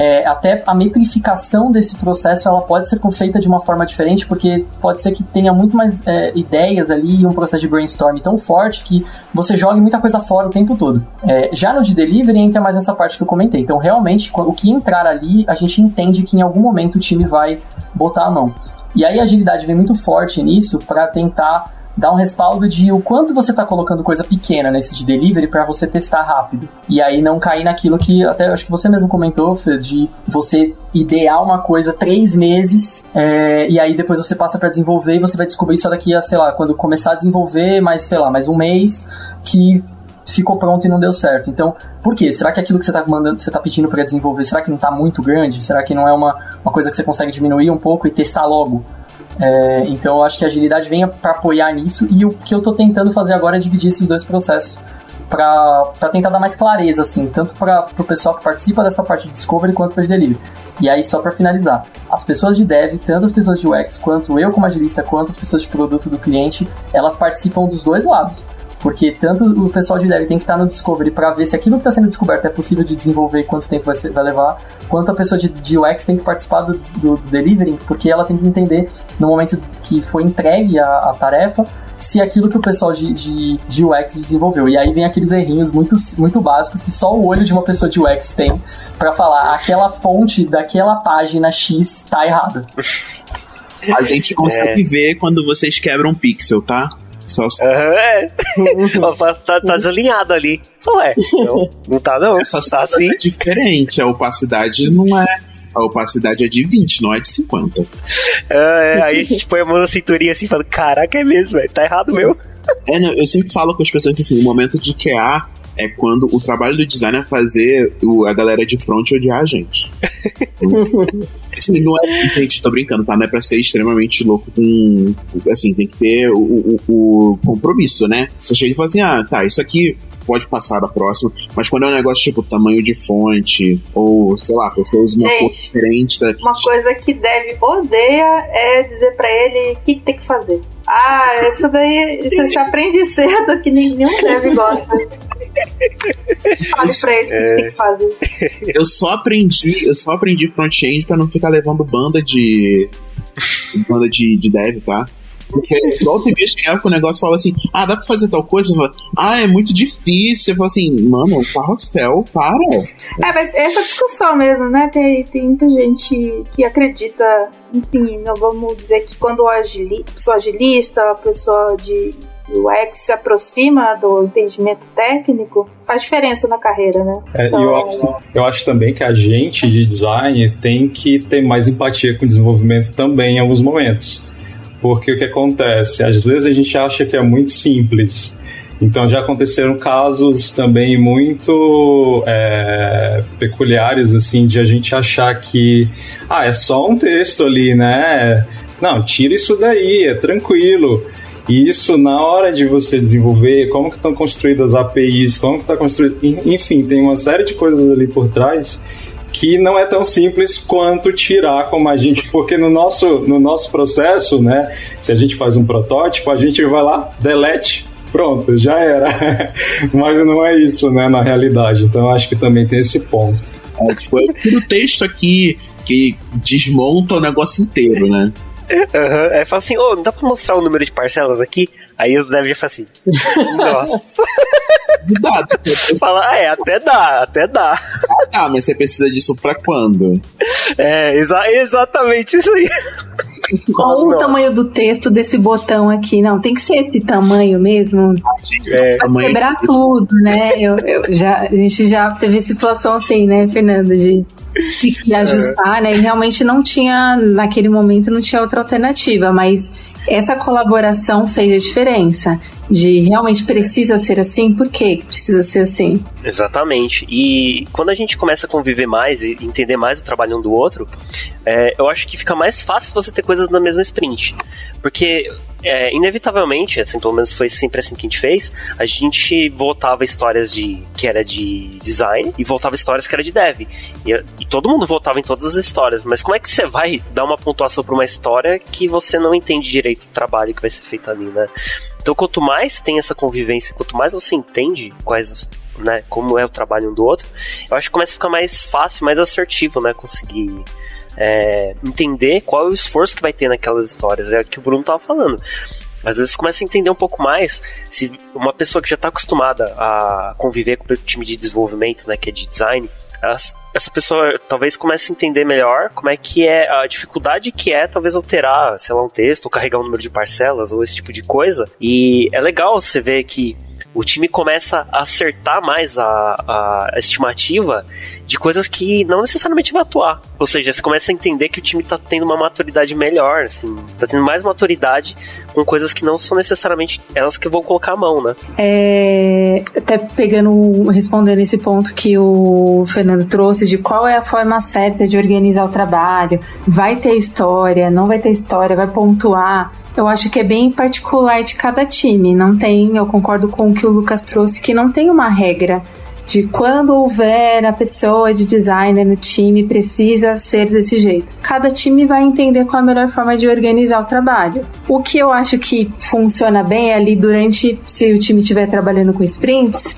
até a metrificação desse processo, ela pode ser feita de uma forma diferente, porque pode ser que tenha muito mais ideias ali e um processo de brainstorm tão forte que você jogue muita coisa fora o tempo todo. Já no de delivery entra mais nessa parte que eu comentei. Então, realmente, o que entrar ali, a gente entende que em algum momento o time vai botar a mão. E aí a agilidade vem muito forte nisso para tentar dar um respaldo de o quanto você está colocando coisa pequena nesse de delivery para você testar rápido. E aí não cair naquilo que até acho que você mesmo comentou, de você idear uma coisa 3 meses e aí depois você passa para desenvolver e você vai descobrir só daqui a, sei lá, quando começar a desenvolver, mais 1 mês, que ficou pronto e não deu certo. Então, por quê? Será que aquilo que você está pedindo para desenvolver, será que não está muito grande? Será que não é uma coisa que você consegue diminuir um pouco e testar logo? Então eu acho que a agilidade vem para apoiar nisso, e o que eu estou tentando fazer agora é dividir esses 2 processos para tentar dar mais clareza, assim, tanto para o pessoal que participa dessa parte de discovery quanto para de delivery. E aí, só para finalizar, as pessoas de dev, tanto as pessoas de UX, quanto eu como agilista, quanto as pessoas de produto do cliente, elas participam dos 2 lados. Porque tanto o pessoal de dev tem que estar no discovery para ver se aquilo que está sendo descoberto é possível de desenvolver e quanto tempo vai levar, quanto a pessoa de UX tem que participar do delivery, porque ela tem que entender no momento que foi entregue a tarefa, se aquilo que o pessoal de UX desenvolveu. E aí vem aqueles errinhos muito, muito básicos que só o olho de uma pessoa de UX tem para falar, aquela fonte daquela página X tá errada. A gente consegue ver quando vocês quebram um pixel, tá? Tá desalinhado ali. Não tá não. Essa tá assim. É diferente. A opacidade não é. A opacidade é de 20, não é de 50. Aí a gente põe a mão na cinturinha assim e fala, caraca, é mesmo, velho. Tá errado meu. Eu sempre falo com as pessoas que assim, no momento de QA, é quando o trabalho do designer é fazer a galera de front odiar a gente. Assim, não é, gente, tô brincando, tá? Não é pra ser extremamente louco com... Assim, tem que ter o compromisso, né? Você chega e fala assim, tá, isso aqui pode passar da próxima, mas quando é um negócio tipo tamanho de fonte, ou sei lá, pessoas uma coisa diferente. Uma coisa que Dev odeia é dizer pra ele o que tem que fazer. Isso daí você aprende cedo que nenhum Dev gosta. Fale pra ele o que tem que fazer. Eu só aprendi front-end pra não ficar levando banda de Dev, tá? Porque igual tem vezes que o negócio fala assim, dá pra fazer tal coisa? Eu falo, é muito difícil. Eu falo assim, mano, o carrossel, para. Mas essa discussão mesmo, né? Tem muita gente que acredita, enfim, não vamos dizer que quando a pessoa agilista, a pessoa de UX se aproxima do entendimento técnico, faz diferença na carreira, né? Então, eu acho também que a gente de design tem que ter mais empatia com o desenvolvimento também em alguns momentos. Porque o que acontece? Às vezes a gente acha que é muito simples. Então já aconteceram casos também muito peculiares, assim, de a gente achar que é só um texto ali, né? Não, tira isso daí, é tranquilo. E isso, na hora de você desenvolver, como que estão construídas as APIs, como que está construído... Enfim, tem uma série de coisas ali por trás que não é tão simples quanto tirar como a gente... Porque no nosso processo, né, se a gente faz um protótipo, a gente vai lá, delete, pronto, já era. Mas não é isso, né, na realidade. Então, eu acho que também tem esse ponto. Eu tiro o texto aqui que desmonta o negócio inteiro, né? Aí fala assim, não dá pra mostrar o número de parcelas aqui? Aí os devs já falam assim, nossa. Dá. Fala, até dá. Mas você precisa disso pra quando? Exatamente isso aí. Qual o tamanho do texto desse botão aqui? Não, tem que ser esse tamanho mesmo. Pra quebrar tudo, né? A gente já teve situação assim, né, Fernanda, de que ajustar, né? E realmente não tinha, naquele momento, não tinha outra alternativa, mas essa colaboração fez a diferença. De realmente precisa ser assim? Por que precisa ser assim? Exatamente. E quando a gente começa a conviver mais e entender mais o trabalho um do outro, eu acho que fica mais fácil você ter coisas na mesma sprint. Porque, inevitavelmente, assim, pelo menos foi sempre assim que a gente fez, a gente voltava histórias que era de design e voltava histórias que era de dev. E todo mundo voltava em todas as histórias. Mas como é que você vai dar uma pontuação para uma história que você não entende direito o trabalho que vai ser feito ali, né? Então, quanto mais tem essa convivência, quanto mais você entende como é o trabalho um do outro, eu acho que começa a ficar mais fácil, mais assertivo, né? Conseguir entender qual é o esforço que vai ter naquelas histórias. É o que o Bruno estava falando. Às vezes você começa a entender um pouco mais se uma pessoa que já está acostumada a conviver com o time de desenvolvimento, né, que é de design, essa pessoa talvez comece a entender melhor como é que é a dificuldade que é talvez alterar, sei lá, um texto, ou carregar um número de parcelas, ou esse tipo de coisa. E é legal você ver que o time começa a acertar mais a estimativa de coisas que não necessariamente vai atuar. Ou seja, você começa a entender que o time tá tendo uma maturidade melhor, assim, tá tendo mais maturidade com coisas que não são necessariamente elas que vão colocar a mão, né? Até respondendo esse ponto que o Fernando trouxe de qual é a forma certa de organizar o trabalho, vai ter história, não vai ter história, vai pontuar. Eu acho que é bem particular de cada time. Eu concordo com o que o Lucas trouxe, que não tem uma regra de quando houver a pessoa de designer no time, precisa ser desse jeito. Cada time vai entender qual a melhor forma de organizar o trabalho. O que eu acho que funciona bem é ali se o time estiver trabalhando com sprints,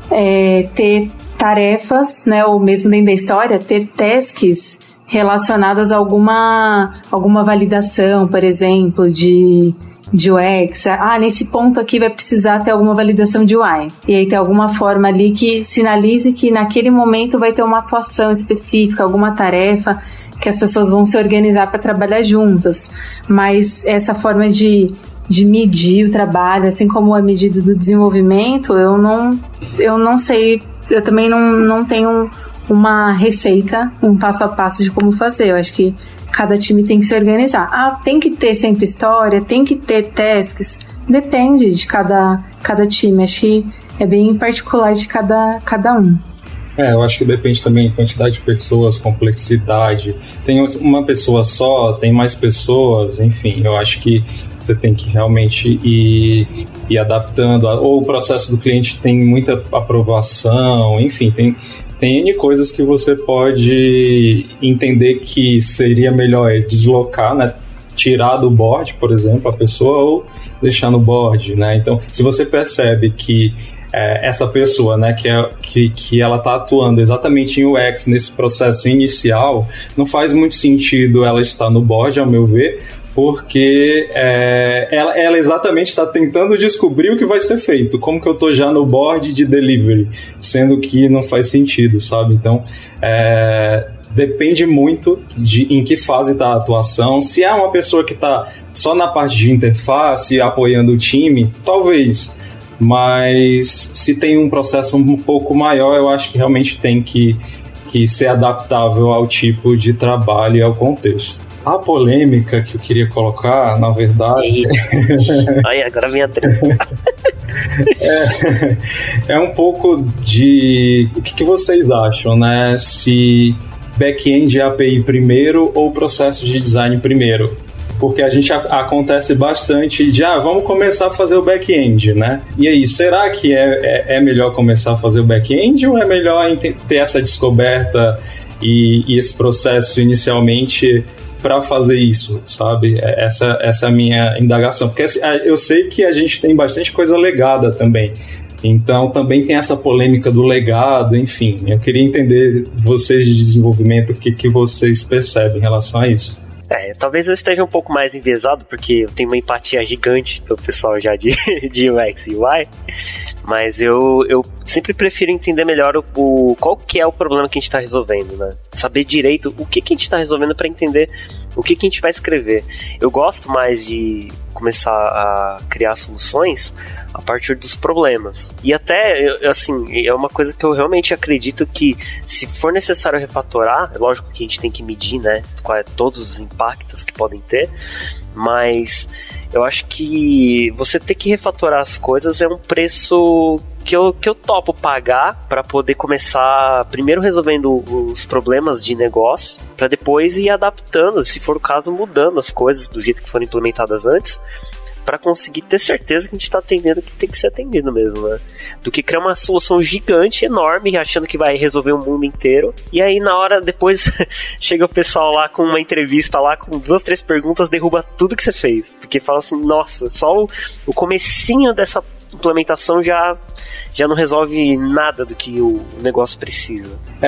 ter tarefas, né, ou mesmo dentro da história, ter tasks relacionadas a alguma validação, por exemplo, de UX. Nesse ponto aqui vai precisar ter alguma validação de UI. E aí tem alguma forma ali que sinalize que naquele momento vai ter uma atuação específica, alguma tarefa que as pessoas vão se organizar para trabalhar juntas. Mas essa forma de medir o trabalho, assim como a medida do desenvolvimento, eu não sei, eu também não tenho uma receita, um passo a passo de como fazer. Eu acho que cada time tem que se organizar. Tem que ter sempre história, tem que ter tasks. Depende de cada time. Acho que é bem particular de cada um. Eu acho que depende também da quantidade de pessoas, complexidade. Tem uma pessoa só, tem mais pessoas, enfim, eu acho que você tem que realmente ir adaptando. Ou o processo do cliente tem muita aprovação, enfim, tem N coisas que você pode entender que seria melhor deslocar, né? Tirar do board, por exemplo, a pessoa, ou deixar no board, né? Então, se você percebe que essa pessoa, né, que ela está atuando exatamente em UX nesse processo inicial, não faz muito sentido ela estar no board, ao meu ver, porque ela exatamente está tentando descobrir o que vai ser feito. Como que eu estou já no board de delivery, sendo que não faz sentido, sabe? Então, depende muito de em que fase está a atuação. Se é uma pessoa que está só na parte de interface, apoiando o time, talvez. Mas se tem um processo um pouco maior, eu acho que realmente tem que ser adaptável ao tipo de trabalho e ao contexto. A polêmica que eu queria colocar, na verdade... Aí, agora vem a treta. É um pouco de... O que vocês acham, né? Se back-end é API primeiro ou processo de design primeiro? Porque a gente acontece bastante de, vamos começar a fazer o back-end, né? E aí, será que é melhor começar a fazer o back-end ou é melhor ter essa descoberta e esse processo inicialmente para fazer isso, sabe? Essa é a minha indagação. Porque eu sei que a gente tem bastante coisa legada também. Então, também tem essa polêmica do legado, enfim. Eu queria entender vocês de desenvolvimento, o que vocês percebem em relação a isso. Talvez eu esteja um pouco mais enviesado, porque eu tenho uma empatia gigante pelo pessoal já de UX e UI, mas eu sempre prefiro entender melhor qual que é o problema que a gente está resolvendo, né? Saber direito o que a gente está resolvendo para entender o que a gente vai escrever. Eu gosto mais de começar a criar soluções a partir dos problemas. E até, assim, é uma coisa que eu realmente acredito que, se for necessário refatorar, é lógico que a gente tem que medir, né, todos os impactos que podem ter, mas eu acho que você ter que refatorar as coisas é um preço que eu topo pagar para poder começar primeiro resolvendo os problemas de negócio, para depois ir adaptando, se for o caso, mudando as coisas do jeito que foram implementadas antes, para conseguir ter certeza que a gente está atendendo o que tem que ser atendido mesmo, né? Do que criar uma solução gigante, enorme, achando que vai resolver o mundo inteiro, e aí na hora depois chega o pessoal lá com uma entrevista lá, com 2, 3 perguntas, derruba tudo que você fez, porque fala assim, nossa, só o comecinho dessa implementação já não resolve nada do que o negócio precisa.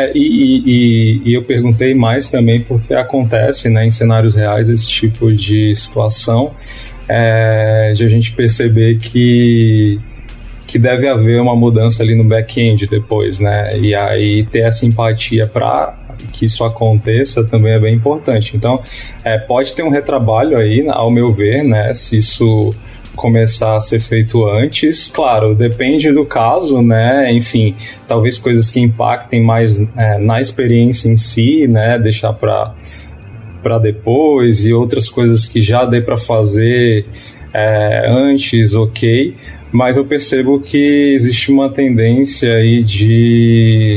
E eu perguntei mais também porque acontece, né, em cenários reais esse tipo de situação, de a gente perceber que deve haver uma mudança ali no back-end depois, né, e aí ter essa empatia para que isso aconteça também é bem importante. Então, pode ter um retrabalho aí, ao meu ver, né, se isso começar a ser feito antes, claro, depende do caso, né, enfim, talvez coisas que impactem mais na experiência em si, né, deixar para depois, e outras coisas que já dê para fazer antes, ok, mas eu percebo que existe uma tendência aí de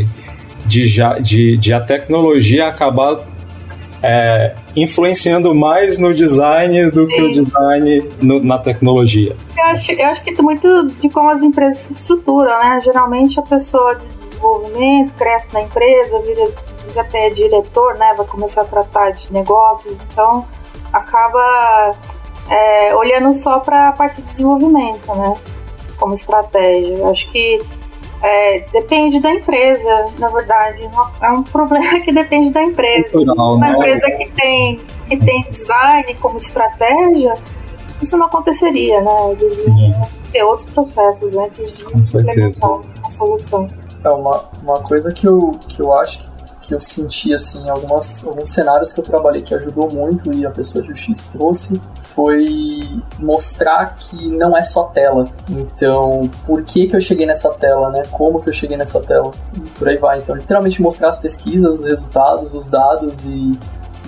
a tecnologia acabar influenciando mais no design do que o design na tecnologia. Eu acho que tem muito de como as empresas se estruturam, né? Geralmente a pessoa de desenvolvimento cresce na empresa, vira até diretor, né? Vai começar a tratar de negócios, então acaba olhando só para a parte de desenvolvimento, né? Como estratégia. Eu acho que depende da empresa, na verdade. É um problema que depende da empresa. Uma empresa que tem design como estratégia, isso não aconteceria, né? Eles iam ter outros processos antes de implementar a solução. Uma coisa que eu acho que eu senti assim, em alguns cenários que eu trabalhei que ajudou muito e a pessoa de UX trouxe, foi mostrar que não é só tela. Então, por que eu cheguei nessa tela, né? Como que eu cheguei nessa tela? E por aí vai. Então, literalmente mostrar as pesquisas, os resultados, os dados e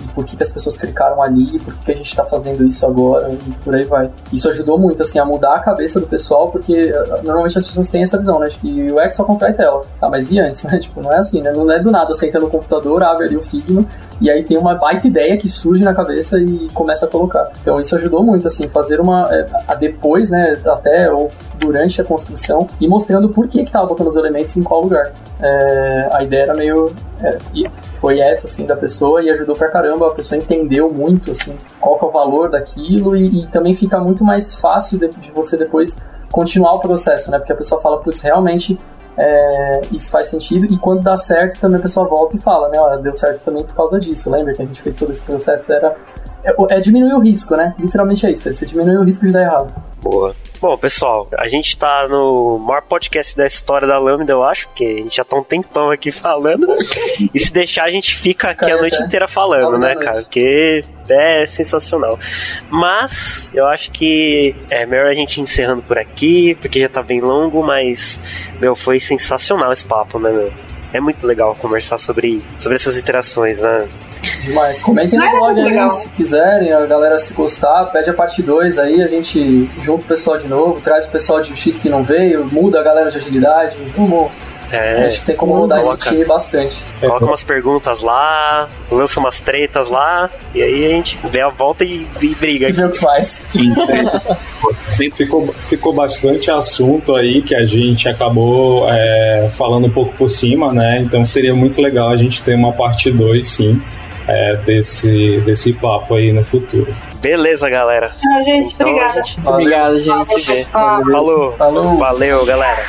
por que as pessoas clicaram ali, por que a gente tá fazendo isso agora, e por aí vai. Isso ajudou muito, assim, a mudar a cabeça do pessoal, porque normalmente as pessoas têm essa visão, né, de que o UX só constrói tela. Tá, mas e antes, né? Tipo, não é assim, né? Não é do nada, senta no computador, abre ali o Figma, e aí tem uma baita ideia que surge na cabeça e começa a colocar. Então isso ajudou muito, assim, fazer depois, né, até ou durante a construção, e mostrando por que tava botando os elementos em qual lugar. A ideia era meio... foi essa, assim, da pessoa, e ajudou pra caramba, a pessoa entendeu muito, assim, qual que é o valor daquilo, e também fica muito mais fácil de você depois continuar o processo, né, porque a pessoa fala, putz, realmente isso faz sentido, e quando dá certo também a pessoa volta e fala, né, deu certo também por causa disso, lembra que a gente fez todo esse processo, diminuir o risco, né, literalmente é isso, você diminui o risco de dar errado. Boa. Bom, pessoal, a gente tá no maior podcast da história da Lambda, eu acho, porque a gente já tá um tempão aqui falando, e se deixar a gente fica aqui a noite inteira falando, né, cara, porque é sensacional. Mas eu acho que é melhor a gente ir encerrando por aqui, porque já tá bem longo, mas, foi sensacional esse papo, né, meu? É muito legal conversar sobre essas interações, né? Demais. Comentem no blog aí, se quiserem, a galera se gostar, pede a parte 2 aí, a gente junta o pessoal de novo, traz o pessoal de X que não veio, muda a galera de agilidade, vamos... acho que tem como mudar esse time bastante. Coloca umas perguntas lá, lança umas tretas lá, e aí a gente vê a volta e briga. E vê o que faz. Sim, sempre ficou bastante assunto aí que a gente acabou falando um pouco por cima, né? Então seria muito legal a gente ter uma parte 2, sim, desse papo aí no futuro. Beleza, galera. Gente, então, obrigada. Obrigado, gente. Se vê. Falou. Valeu, galera.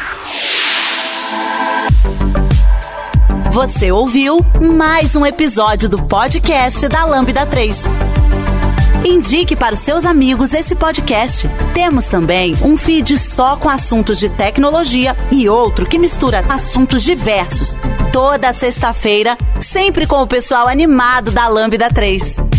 Você ouviu mais um episódio do podcast da Lambda 3. Indique para os seus amigos esse podcast. Temos também um feed só com assuntos de tecnologia e outro que mistura assuntos diversos. Toda sexta-feira, sempre com o pessoal animado da Lambda 3.